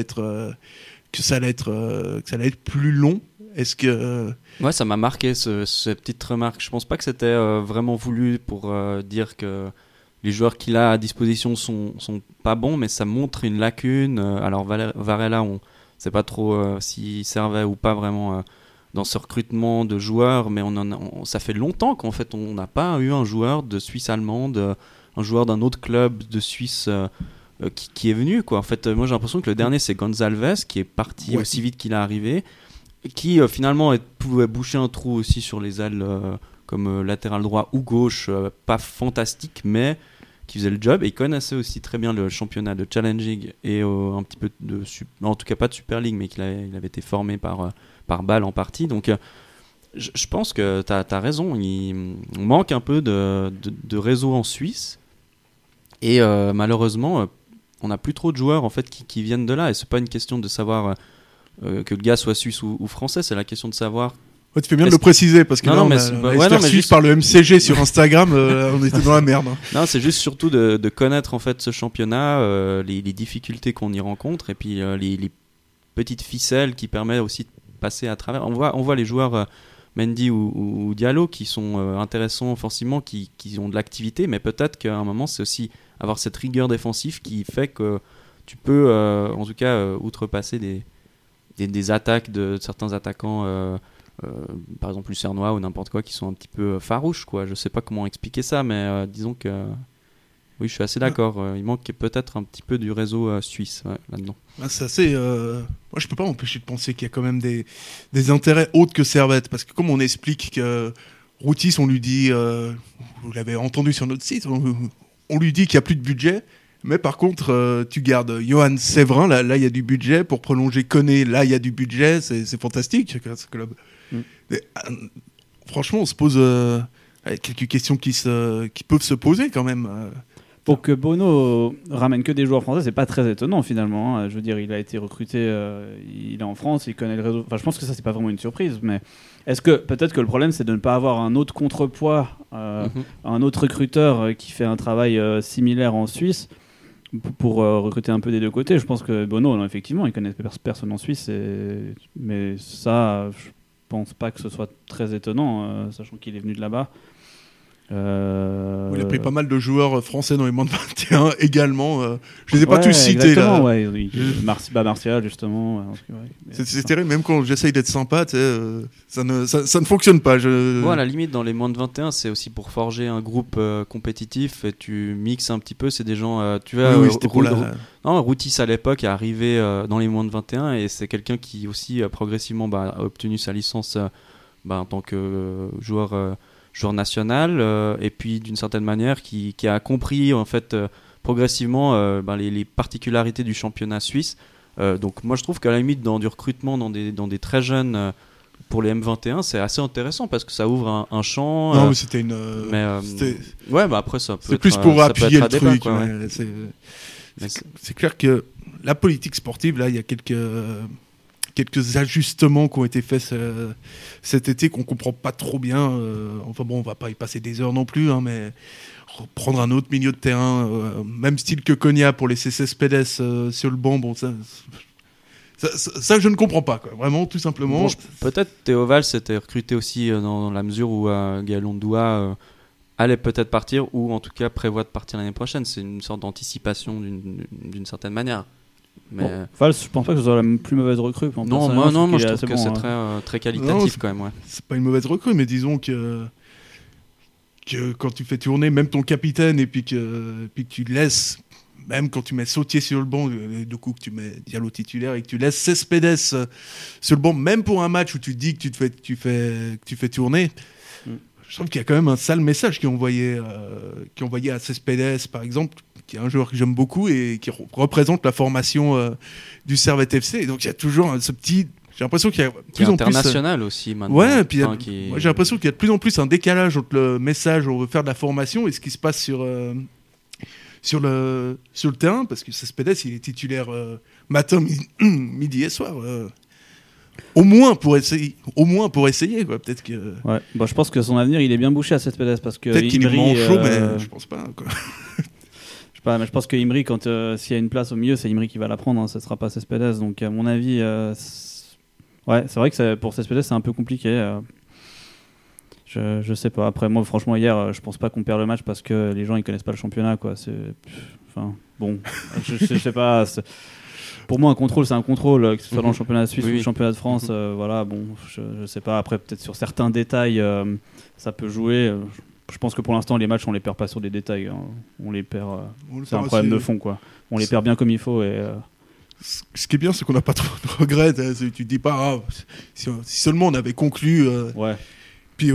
être plus long. Est-ce que ouais, ça m'a marqué cette petite remarque. Je pense pas que c'était vraiment voulu pour dire que les joueurs qu'il a à disposition sont pas bons, mais ça montre une lacune. Alors Varela, on sait pas trop s'il servait ou pas vraiment. Dans ce recrutement de joueurs, mais ça fait longtemps qu'en fait on n'a pas eu un joueur de Suisse allemande, un joueur d'un autre club de Suisse qui est venu, quoi. En fait, moi j'ai l'impression que le dernier c'est Gonzalez qui est parti aussi vite qu'il est arrivé, qui finalement pouvait boucher un trou aussi sur les ailes comme latéral droit ou gauche, pas fantastique, mais qui faisait le job et il connaissait aussi très bien le championnat de Challenge League et un petit peu en tout cas pas de Super League, mais il avait été formé par Bâle en partie. Donc je pense que tu as raison, il manque un peu de réseau en Suisse et malheureusement on n'a plus trop de joueurs en fait qui viennent de là, et c'est pas une question de savoir que le gars soit suisse ou français, c'est la question de savoir. Ouais, tu fais bien de le préciser parce que on a suivi par le MCG sur Instagram, on était dans la merde. Non, c'est juste surtout de connaître en fait ce championnat, les difficultés qu'on y rencontre et puis les petites ficelles qui permettent aussi de passer à travers. On voit les joueurs Mendy ou Diallo qui sont intéressants offensivement, qui ont de l'activité, mais peut-être qu'à un moment c'est aussi avoir cette rigueur défensive qui fait que tu peux en tout cas outrepasser des attaques de certains attaquants par exemple Lucernois ou n'importe quoi, qui sont un petit peu farouches, quoi. Je sais pas comment expliquer ça, mais disons que oui, je suis assez d'accord. Il manque peut-être un petit peu du réseau suisse là-dedans. C'est assez. Moi, je peux pas m'empêcher de penser qu'il y a quand même des intérêts autres que Servette, parce que comme on explique que Routis, on lui dit, vous l'avez entendu sur notre site, on lui dit qu'il y a plus de budget. Mais par contre, tu gardes Johan Séverin, là il y a du budget. Pour prolonger Koné, là il y a du budget. C'est fantastique, ce club. Mais, franchement, on se pose quelques questions qui peuvent se poser quand même. Pour que Bono ramène que des joueurs français, c'est pas très étonnant finalement. Hein. Je veux dire, il a été recruté, il est en France, il connaît le réseau. Enfin, je pense que ça, c'est pas vraiment une surprise. Mais est-ce que peut-être que le problème, c'est de ne pas avoir un autre contrepoids, un autre recruteur qui fait un travail similaire en Suisse pour recruter un peu des deux côtés. Je pense que Bono, effectivement, il connaît personne en Suisse, mais ça, je pense pas que ce soit très étonnant, sachant qu'il est venu de là-bas. Il a pris pas mal de joueurs français dans les moins de 21 également. Je les ai pas tous cités là. Martial justement. C'est terrible, même quand j'essaye d'être sympa, ça ne fonctionne pas. À la limite, dans les moins de 21, c'est aussi pour forger un groupe compétitif et tu mixes un petit peu. C'est des gens. Tu vois, Routis à l'époque est arrivé dans les moins de 21 et c'est quelqu'un qui aussi progressivement a obtenu sa licence en tant que joueur national et puis d'une certaine manière qui a compris en fait progressivement les particularités du championnat suisse. Donc moi je trouve qu'à la limite dans du recrutement dans des très jeunes pour les M21 c'est assez intéressant parce que ça ouvre un champ. Non mais c'était une. Après ça peut. C'est plus pour appuyer le débat, truc. quoi, C'est clair que la politique sportive là il y a quelques ajustements qui ont été faits cet été qu'on comprend pas trop bien. On va pas y passer des heures non plus, mais prendre un autre milieu de terrain, même style que Konya pour laisser Cespedes sur le banc, ça je ne comprends pas, quoi. Vraiment, tout simplement. Peut-être Théoval s'était recruté aussi dans la mesure où Galondoua allait peut-être partir, ou en tout cas prévoit de partir l'année prochaine. C'est une sorte d'anticipation d'une certaine manière. Mais Valls, je pense pas que ce soit la plus mauvaise recrue. Non, moi je trouve que c'est très qualitatif quand même. Ouais. C'est pas une mauvaise recrue, mais disons que quand tu fais tourner même ton capitaine et puis que tu laisses, même quand tu mets Sautier sur le banc, du coup que tu mets Diallo titulaire et que tu laisses Cespedes sur le banc, même pour un match où tu te dis que tu fais tourner. Je trouve qu'il y a quand même un sale message qui est envoyé à Cespedes, par exemple, qui est un joueur que j'aime beaucoup et qui représente la formation du Servette FC. Et donc il y a toujours ce petit... J'ai l'impression qu'il y a plus en plus... international aussi maintenant. Ouais, et puis moi, j'ai l'impression qu'il y a de plus en plus un décalage entre le message on veut faire de la formation et ce qui se passe sur le terrain, parce que Cespedes, il est titulaire matin, midi et soir. Au moins pour essayer quoi. Peut-être que je pense que son avenir il est bien bouché à Cespedes parce que peut-être qu'il est manchot mais je pense pas quoi. Je sais pas, mais je pense que Imri quand s'il y a une place au milieu, c'est Imri qui va la prendre, ce sera pas Cespedes, donc à mon avis c'est vrai que pour Cespedes c'est un peu compliqué. Je sais pas. Après moi franchement hier je pense pas qu'on perd le match parce que les gens ils connaissent pas le championnat quoi. Je sais pas. Pour moi, un contrôle, c'est un contrôle, que ce soit dans le championnat suisse ou le championnat de France. Je sais pas. Après, peut-être sur certains détails, ça peut jouer. Je pense que pour l'instant, les matchs, on les perd pas sur des détails. Hein. On les perd. C'est un problème de fond, quoi. On les perd bien comme il faut. Ce qui est bien, c'est qu'on n'a pas trop de regrets. Tu te dis pas, si seulement on avait conclu. Puis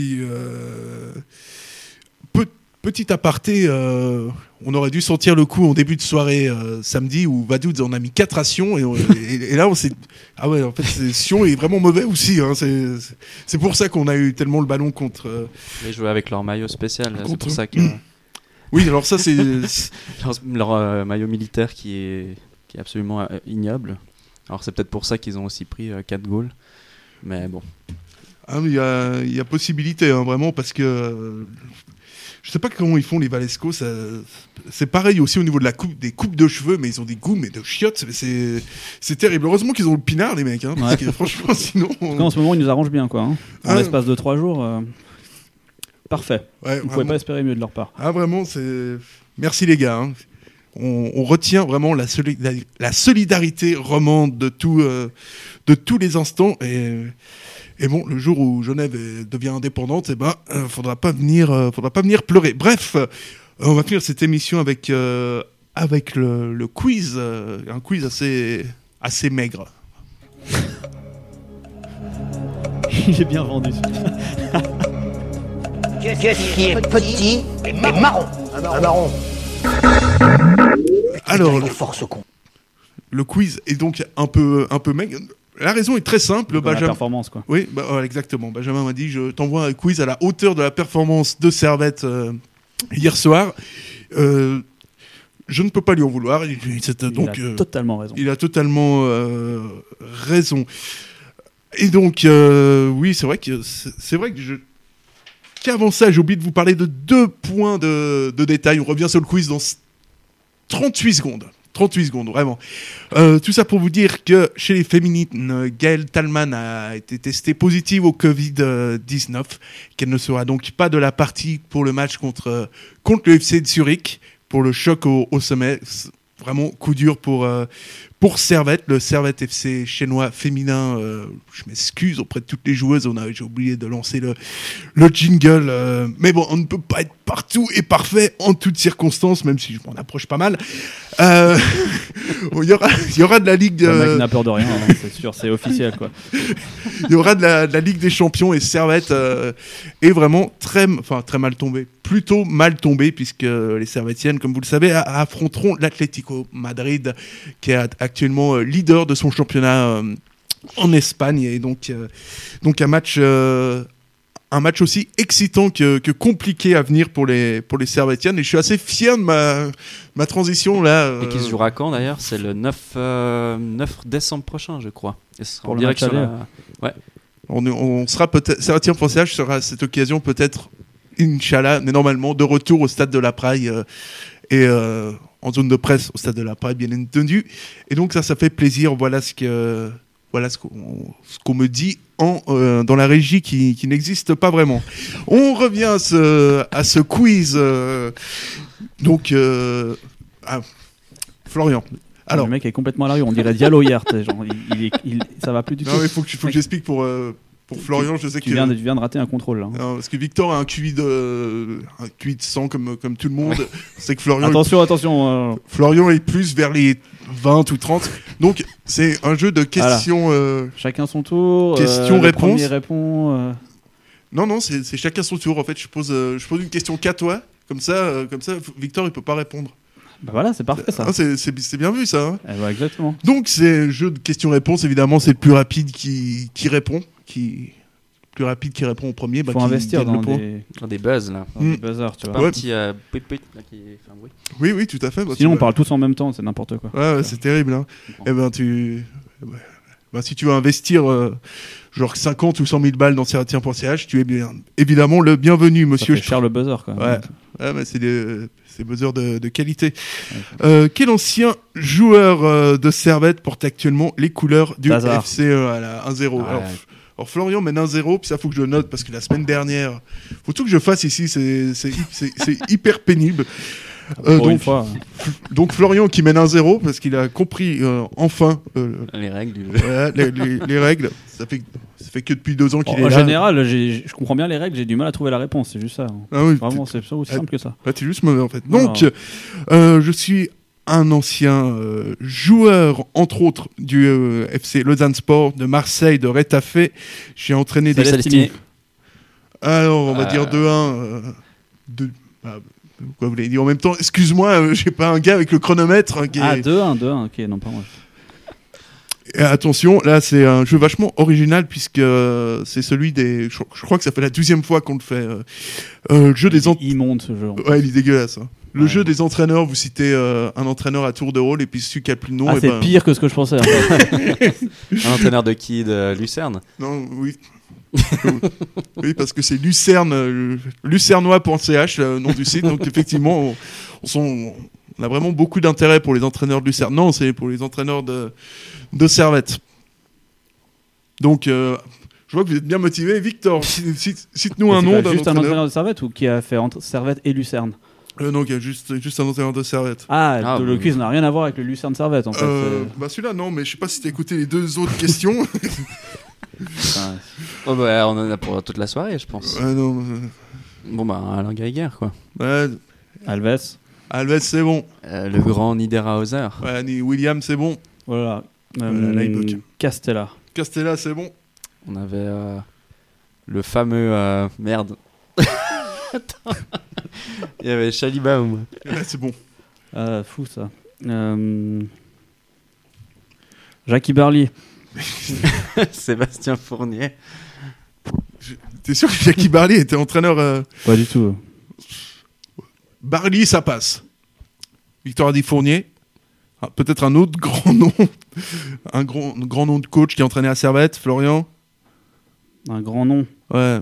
petit aparté, on aurait dû sentir le coup en début de soirée samedi où Vaduz en a mis 4 à Sion et là on s'est en fait Sion est vraiment mauvais aussi hein. C'est pour ça qu'on a eu tellement le ballon contre ils jouaient avec leur maillot spécial c'est pour ça que oui alors ça c'est leur maillot militaire qui est absolument ignoble. Alors c'est peut-être pour ça qu'ils ont aussi pris 4 goals mais bon il y a possibilité hein, vraiment parce que je sais pas comment ils font les Valesco, c'est pareil aussi au niveau de des coupes de cheveux, mais ils ont des goûts mais de chiottes, c'est terrible. Heureusement qu'ils ont le pinard les mecs, hein, parce que franchement sinon... En ce moment ils nous arrangent bien quoi, hein. En l'espace de 3 jours, parfait. Vous pouvez pas espérer mieux de leur part. Vraiment, merci les gars. Hein. on retient vraiment la solidarité romande de tous les instants. Et bon, le jour où Genève devient indépendante, faudra pas venir pleurer. Bref, on va finir cette émission avec le quiz, un quiz assez maigre. Il est bien vendu. Qu'est-ce qui est petit et marron? Un marron. Alors, le quiz est donc un peu maigre. La raison est très simple. Dans la performance, quoi. Oui, exactement. Benjamin m'a dit, je t'envoie un quiz à la hauteur de la performance de Servette hier soir. Je ne peux pas lui en vouloir. Il a totalement raison. Il a totalement raison. Et donc, oui, c'est vrai que qu'avant ça, j'ai oublié de vous parler de 2 points de détail. On revient sur le quiz dans 38 secondes. 38 secondes, vraiment. Tout ça pour vous dire que chez les féminines, Gaëlle Thalmann a été testée positive au Covid-19, qu'elle ne sera donc pas de la partie pour le match contre le FC de Zurich, pour le choc au sommet. Vraiment coup dur pour Servette, le Servette FC chinois féminin. Je m'excuse auprès de toutes les joueuses, j'ai oublié de lancer le jingle. Mais bon, on ne peut pas être partout et parfait en toutes circonstances, même si je m'en approche pas mal. Il y aura de la Ligue... Le mec n'a peur de rien, hein, c'est sûr, c'est officiel, quoi. Il y aura de la Ligue des Champions et Servette est vraiment très mal tombé. Plutôt mal tombé, puisque les Servettiennes, comme vous le savez, affronteront l'Atlético Madrid, qui est actuellement leader de son championnat en Espagne. Et donc un match aussi excitant que compliqué à venir pour les Servettiennes. Et je suis assez fier de ma transition là. Et qui se jouera quand d'ailleurs? C'est le 9 décembre prochain, je crois. Et ce sera pour en le direct match sur aller. Ouais. On sera peut-être... Servetien.ch sera à cette occasion peut-être, Inch'Allah, mais normalement de retour au stade de la Praille et en zone de presse au stade de la Praille, bien entendu. Et donc ça fait plaisir. Voilà ce qu'on me dit dans la régie qui n'existe pas vraiment. On revient à ce quiz. Donc, Florian. Alors, le mec est complètement à la rue, on dirait Diallo hier. Genre, ça va plus du tout. Non, il faut que j'explique pour Florian. Je sais que tu viens de rater un contrôle là. Non, parce que Victor a un QI de 100 comme tout le monde. C'est que Florian. Attention. Florian est plus vers les 20 ou 30. Donc c'est un jeu de questions. Chacun son tour. Questions-réponses. Le premier répond. Non, c'est chacun son tour. En fait, je pose une question qu'à toi. Comme ça, Victor il peut pas répondre. Bah voilà, c'est parfait ça. C'est bien vu ça. Hein. Exactement. Donc c'est jeu de questions-réponses. Évidemment, c'est le plus rapide qui répond. Plus rapide qui répond au premier. Faut investir dans des buzz là. Dans des buzzers, tu vois. Un petit pip là qui fait un bruit. Oui, tout à fait. Sinon, on parle tous en même temps, c'est n'importe quoi. Ouais, c'est terrible. Hein. Si tu veux investir genre 50 ou 100 000 balles dans Servetien.ch, tu es bien évidemment le bienvenu, monsieur. Ça fait cher le buzzer, quoi. Ouais, mais c'est des buzzers de qualité. Quel ancien joueur de Servette porte actuellement les couleurs du FC à la 1-0 Alors Florian mène 1-0, puis ça faut que je le note parce que la semaine dernière, faut tout que je fasse ici, c'est hyper pénible. Donc Florian qui mène 1-0 parce qu'il a compris enfin les règles du jeu. les règles. Ça fait que depuis 2 ans qu'il est là. En général, je comprends bien les règles, j'ai du mal à trouver la réponse, c'est juste ça. Ah oui, vraiment, c'est aussi simple que ça. T'es juste mauvais en fait. Donc, je suis un ancien joueur, entre autres, du FC Lausanne Sport, de Marseille, de Retafe. J'ai entraîné des... Celestini. Alors, on va dire 2-1. Quoi vous voulez dire en même temps? Excuse-moi, j'ai pas un gars avec le chronomètre. 2-1, ok, non, pas moi. Et attention, là c'est un jeu vachement original puisque c'est celui des... Je crois que ça fait la 12e fois qu'on le fait. Le jeu des... Il monte ce jeu. Ouais, il est dégueulasse. Hein. Le jeu des entraîneurs, vous citez un entraîneur à tour de rôle et puis celui qui a le plus de nom... c'est pire que ce que je pensais. Un entraîneur de qui? De Lucerne? Non, oui. Oui, parce que c'est Lucerne, lucernois.ch, le nom du site. Donc effectivement, on a vraiment beaucoup d'intérêt pour les entraîneurs de Lucerne. Non, c'est pour les entraîneurs de Servette. Donc, je vois que vous êtes bien motivé. Victor, cite-nous un nom d'un juste entraîneur. Un entraîneur de Servette ou qui a fait entre Servette et Lucerne? Non, il y a juste un entraîneur de Servette. Le quiz n'a rien à voir avec le Lucerne Servette en fait. Celui-là, non, mais je sais pas si t'as écouté les 2 autres questions. On en a pour toute la soirée, je pense. Non. Bon, Alain Geiger, quoi. Alves, c'est bon. Le grand Niederhauser. William, c'est bon. Voilà. Là, il bloque. Castella, c'est bon. On avait le fameux... merde. Attends. Il y avait Chalibaum. C'est bon. Fou ça. Jackie Barley. Sébastien Fournier. T'es sûr que Jackie Barley était entraîneur Pas du tout. Barley, ça passe. Victor a dit Fournier. Peut-être un autre grand nom. Un grand nom de coach qui a entraîné à Servette, Florian. Un grand nom. Ouais.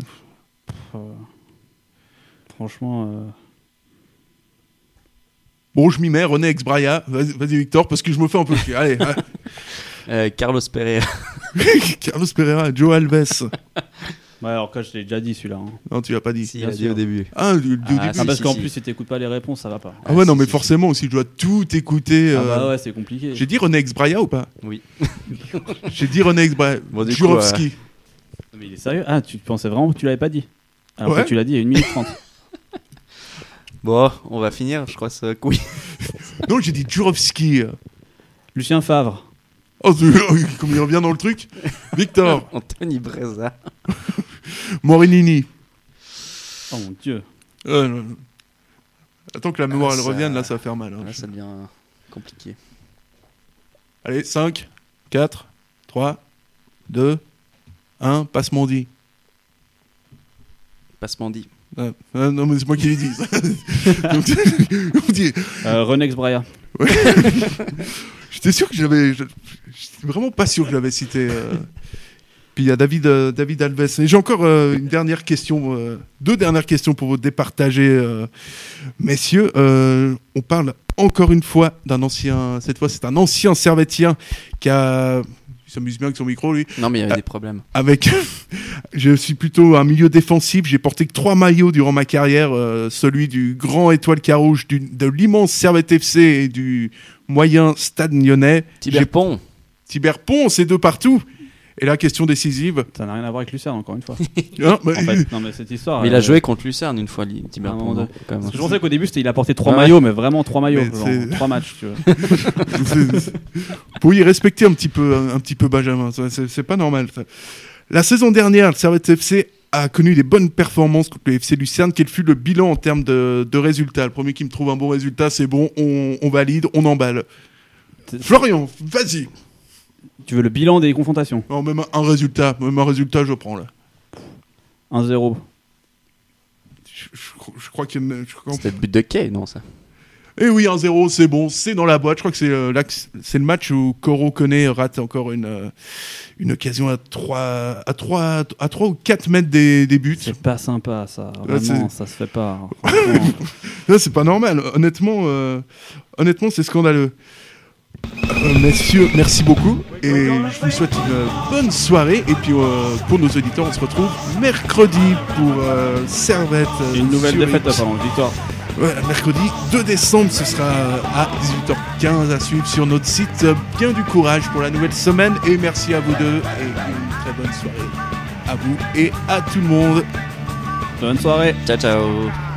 Franchement. Bon, je m'y mets. René Exbraya. Vas-y, Victor, parce que je me fais un peu chier. Allez. Carlos Pereira. Carlos Pereira, Joe Alves. Ouais, alors que je l'ai déjà dit celui-là. Hein. Non, tu l'as pas dit. Si, il a dit au début. Du début. Parce qu'en plus, si t'écoutes pas les réponses, ça va pas. Ouais, non, mais forcément, si je dois tout écouter. Ouais, c'est compliqué. J'ai dit René Exbraya ou pas? Oui. J'ai dit René Exbraya. Jurovski. Mais il est sérieux? Tu pensais vraiment que tu l'avais pas dit? Alors que tu l'as dit il y a 1 minute 30. Bon, on va finir, je crois, ce quiz. Non, j'ai dit Jurovski. Lucien Favre. Oh, comme il revient dans le truc. Victor. Anthony Breza. Morinini. Oh mon Dieu. Attends que la mémoire elle revienne, là ça va faire mal. Là ça devient compliqué. Allez, 5, 4, 3, 2, 1, passe-moi dit. Passement dit. Non, mais c'est moi qui l'ai dit. René Exbraya. Ouais. J'étais sûr que j'étais vraiment pas sûr que je l'avais cité. Puis il y a David Alves. Et j'ai encore une dernière question, 2 dernières questions pour vous départager, messieurs. On parle encore une fois d'un ancien. Cette fois, c'est un ancien servettien qui a. Il s'amuse bien avec son micro, lui. Non, mais il y avait des problèmes. Je suis plutôt un milieu défensif. J'ai porté que 3 maillots durant ma carrière. Celui du grand Étoile Carouge, de l'immense Servette FC et du moyen Stade Lyonnais. Thibert Pont, c'est 2 partout. Et la question décisive. Ça n'a rien à voir avec Lucerne, encore une fois. Non, mais cette histoire. Mais il a joué contre Lucerne une fois, Thibert Pont. Parce que je pensais qu'au début, il a porté 3 maillots, mais vraiment 3 maillots. 3 matchs, tu vois. Pour y respecter un petit peu Benjamin. C'est pas normal. La saison dernière, le Servette FC a connu des bonnes performances contre le FC Lucerne. Quel fut le bilan en termes de résultats? Le premier qui me trouve un bon résultat, c'est bon, on valide, on emballe. Florian, vas-y. Tu veux le bilan des confrontations? Non, même un résultat, je prends là. 1-0. Je crois qu'il y a... C'était le but de Kay, non ça? Eh oui, 1-0, c'est bon, c'est dans la boîte. Je crois que c'est le match où Koro Koné rate encore une occasion à 3 ou 4 mètres des buts. C'est pas sympa ça, vraiment, ça se fait pas. Là, c'est pas normal, honnêtement, c'est scandaleux. Messieurs, merci beaucoup et je vous souhaite une bonne soirée et puis pour nos auditeurs on se retrouve mercredi pour Servette. Une nouvelle défaite pardon, victoire. Ouais, mercredi 2 décembre, ce sera à 18h15 à suivre sur notre site. Bien du courage pour la nouvelle semaine et merci à vous deux et une très bonne soirée à vous et à tout le monde. Bonne soirée. Ciao ciao.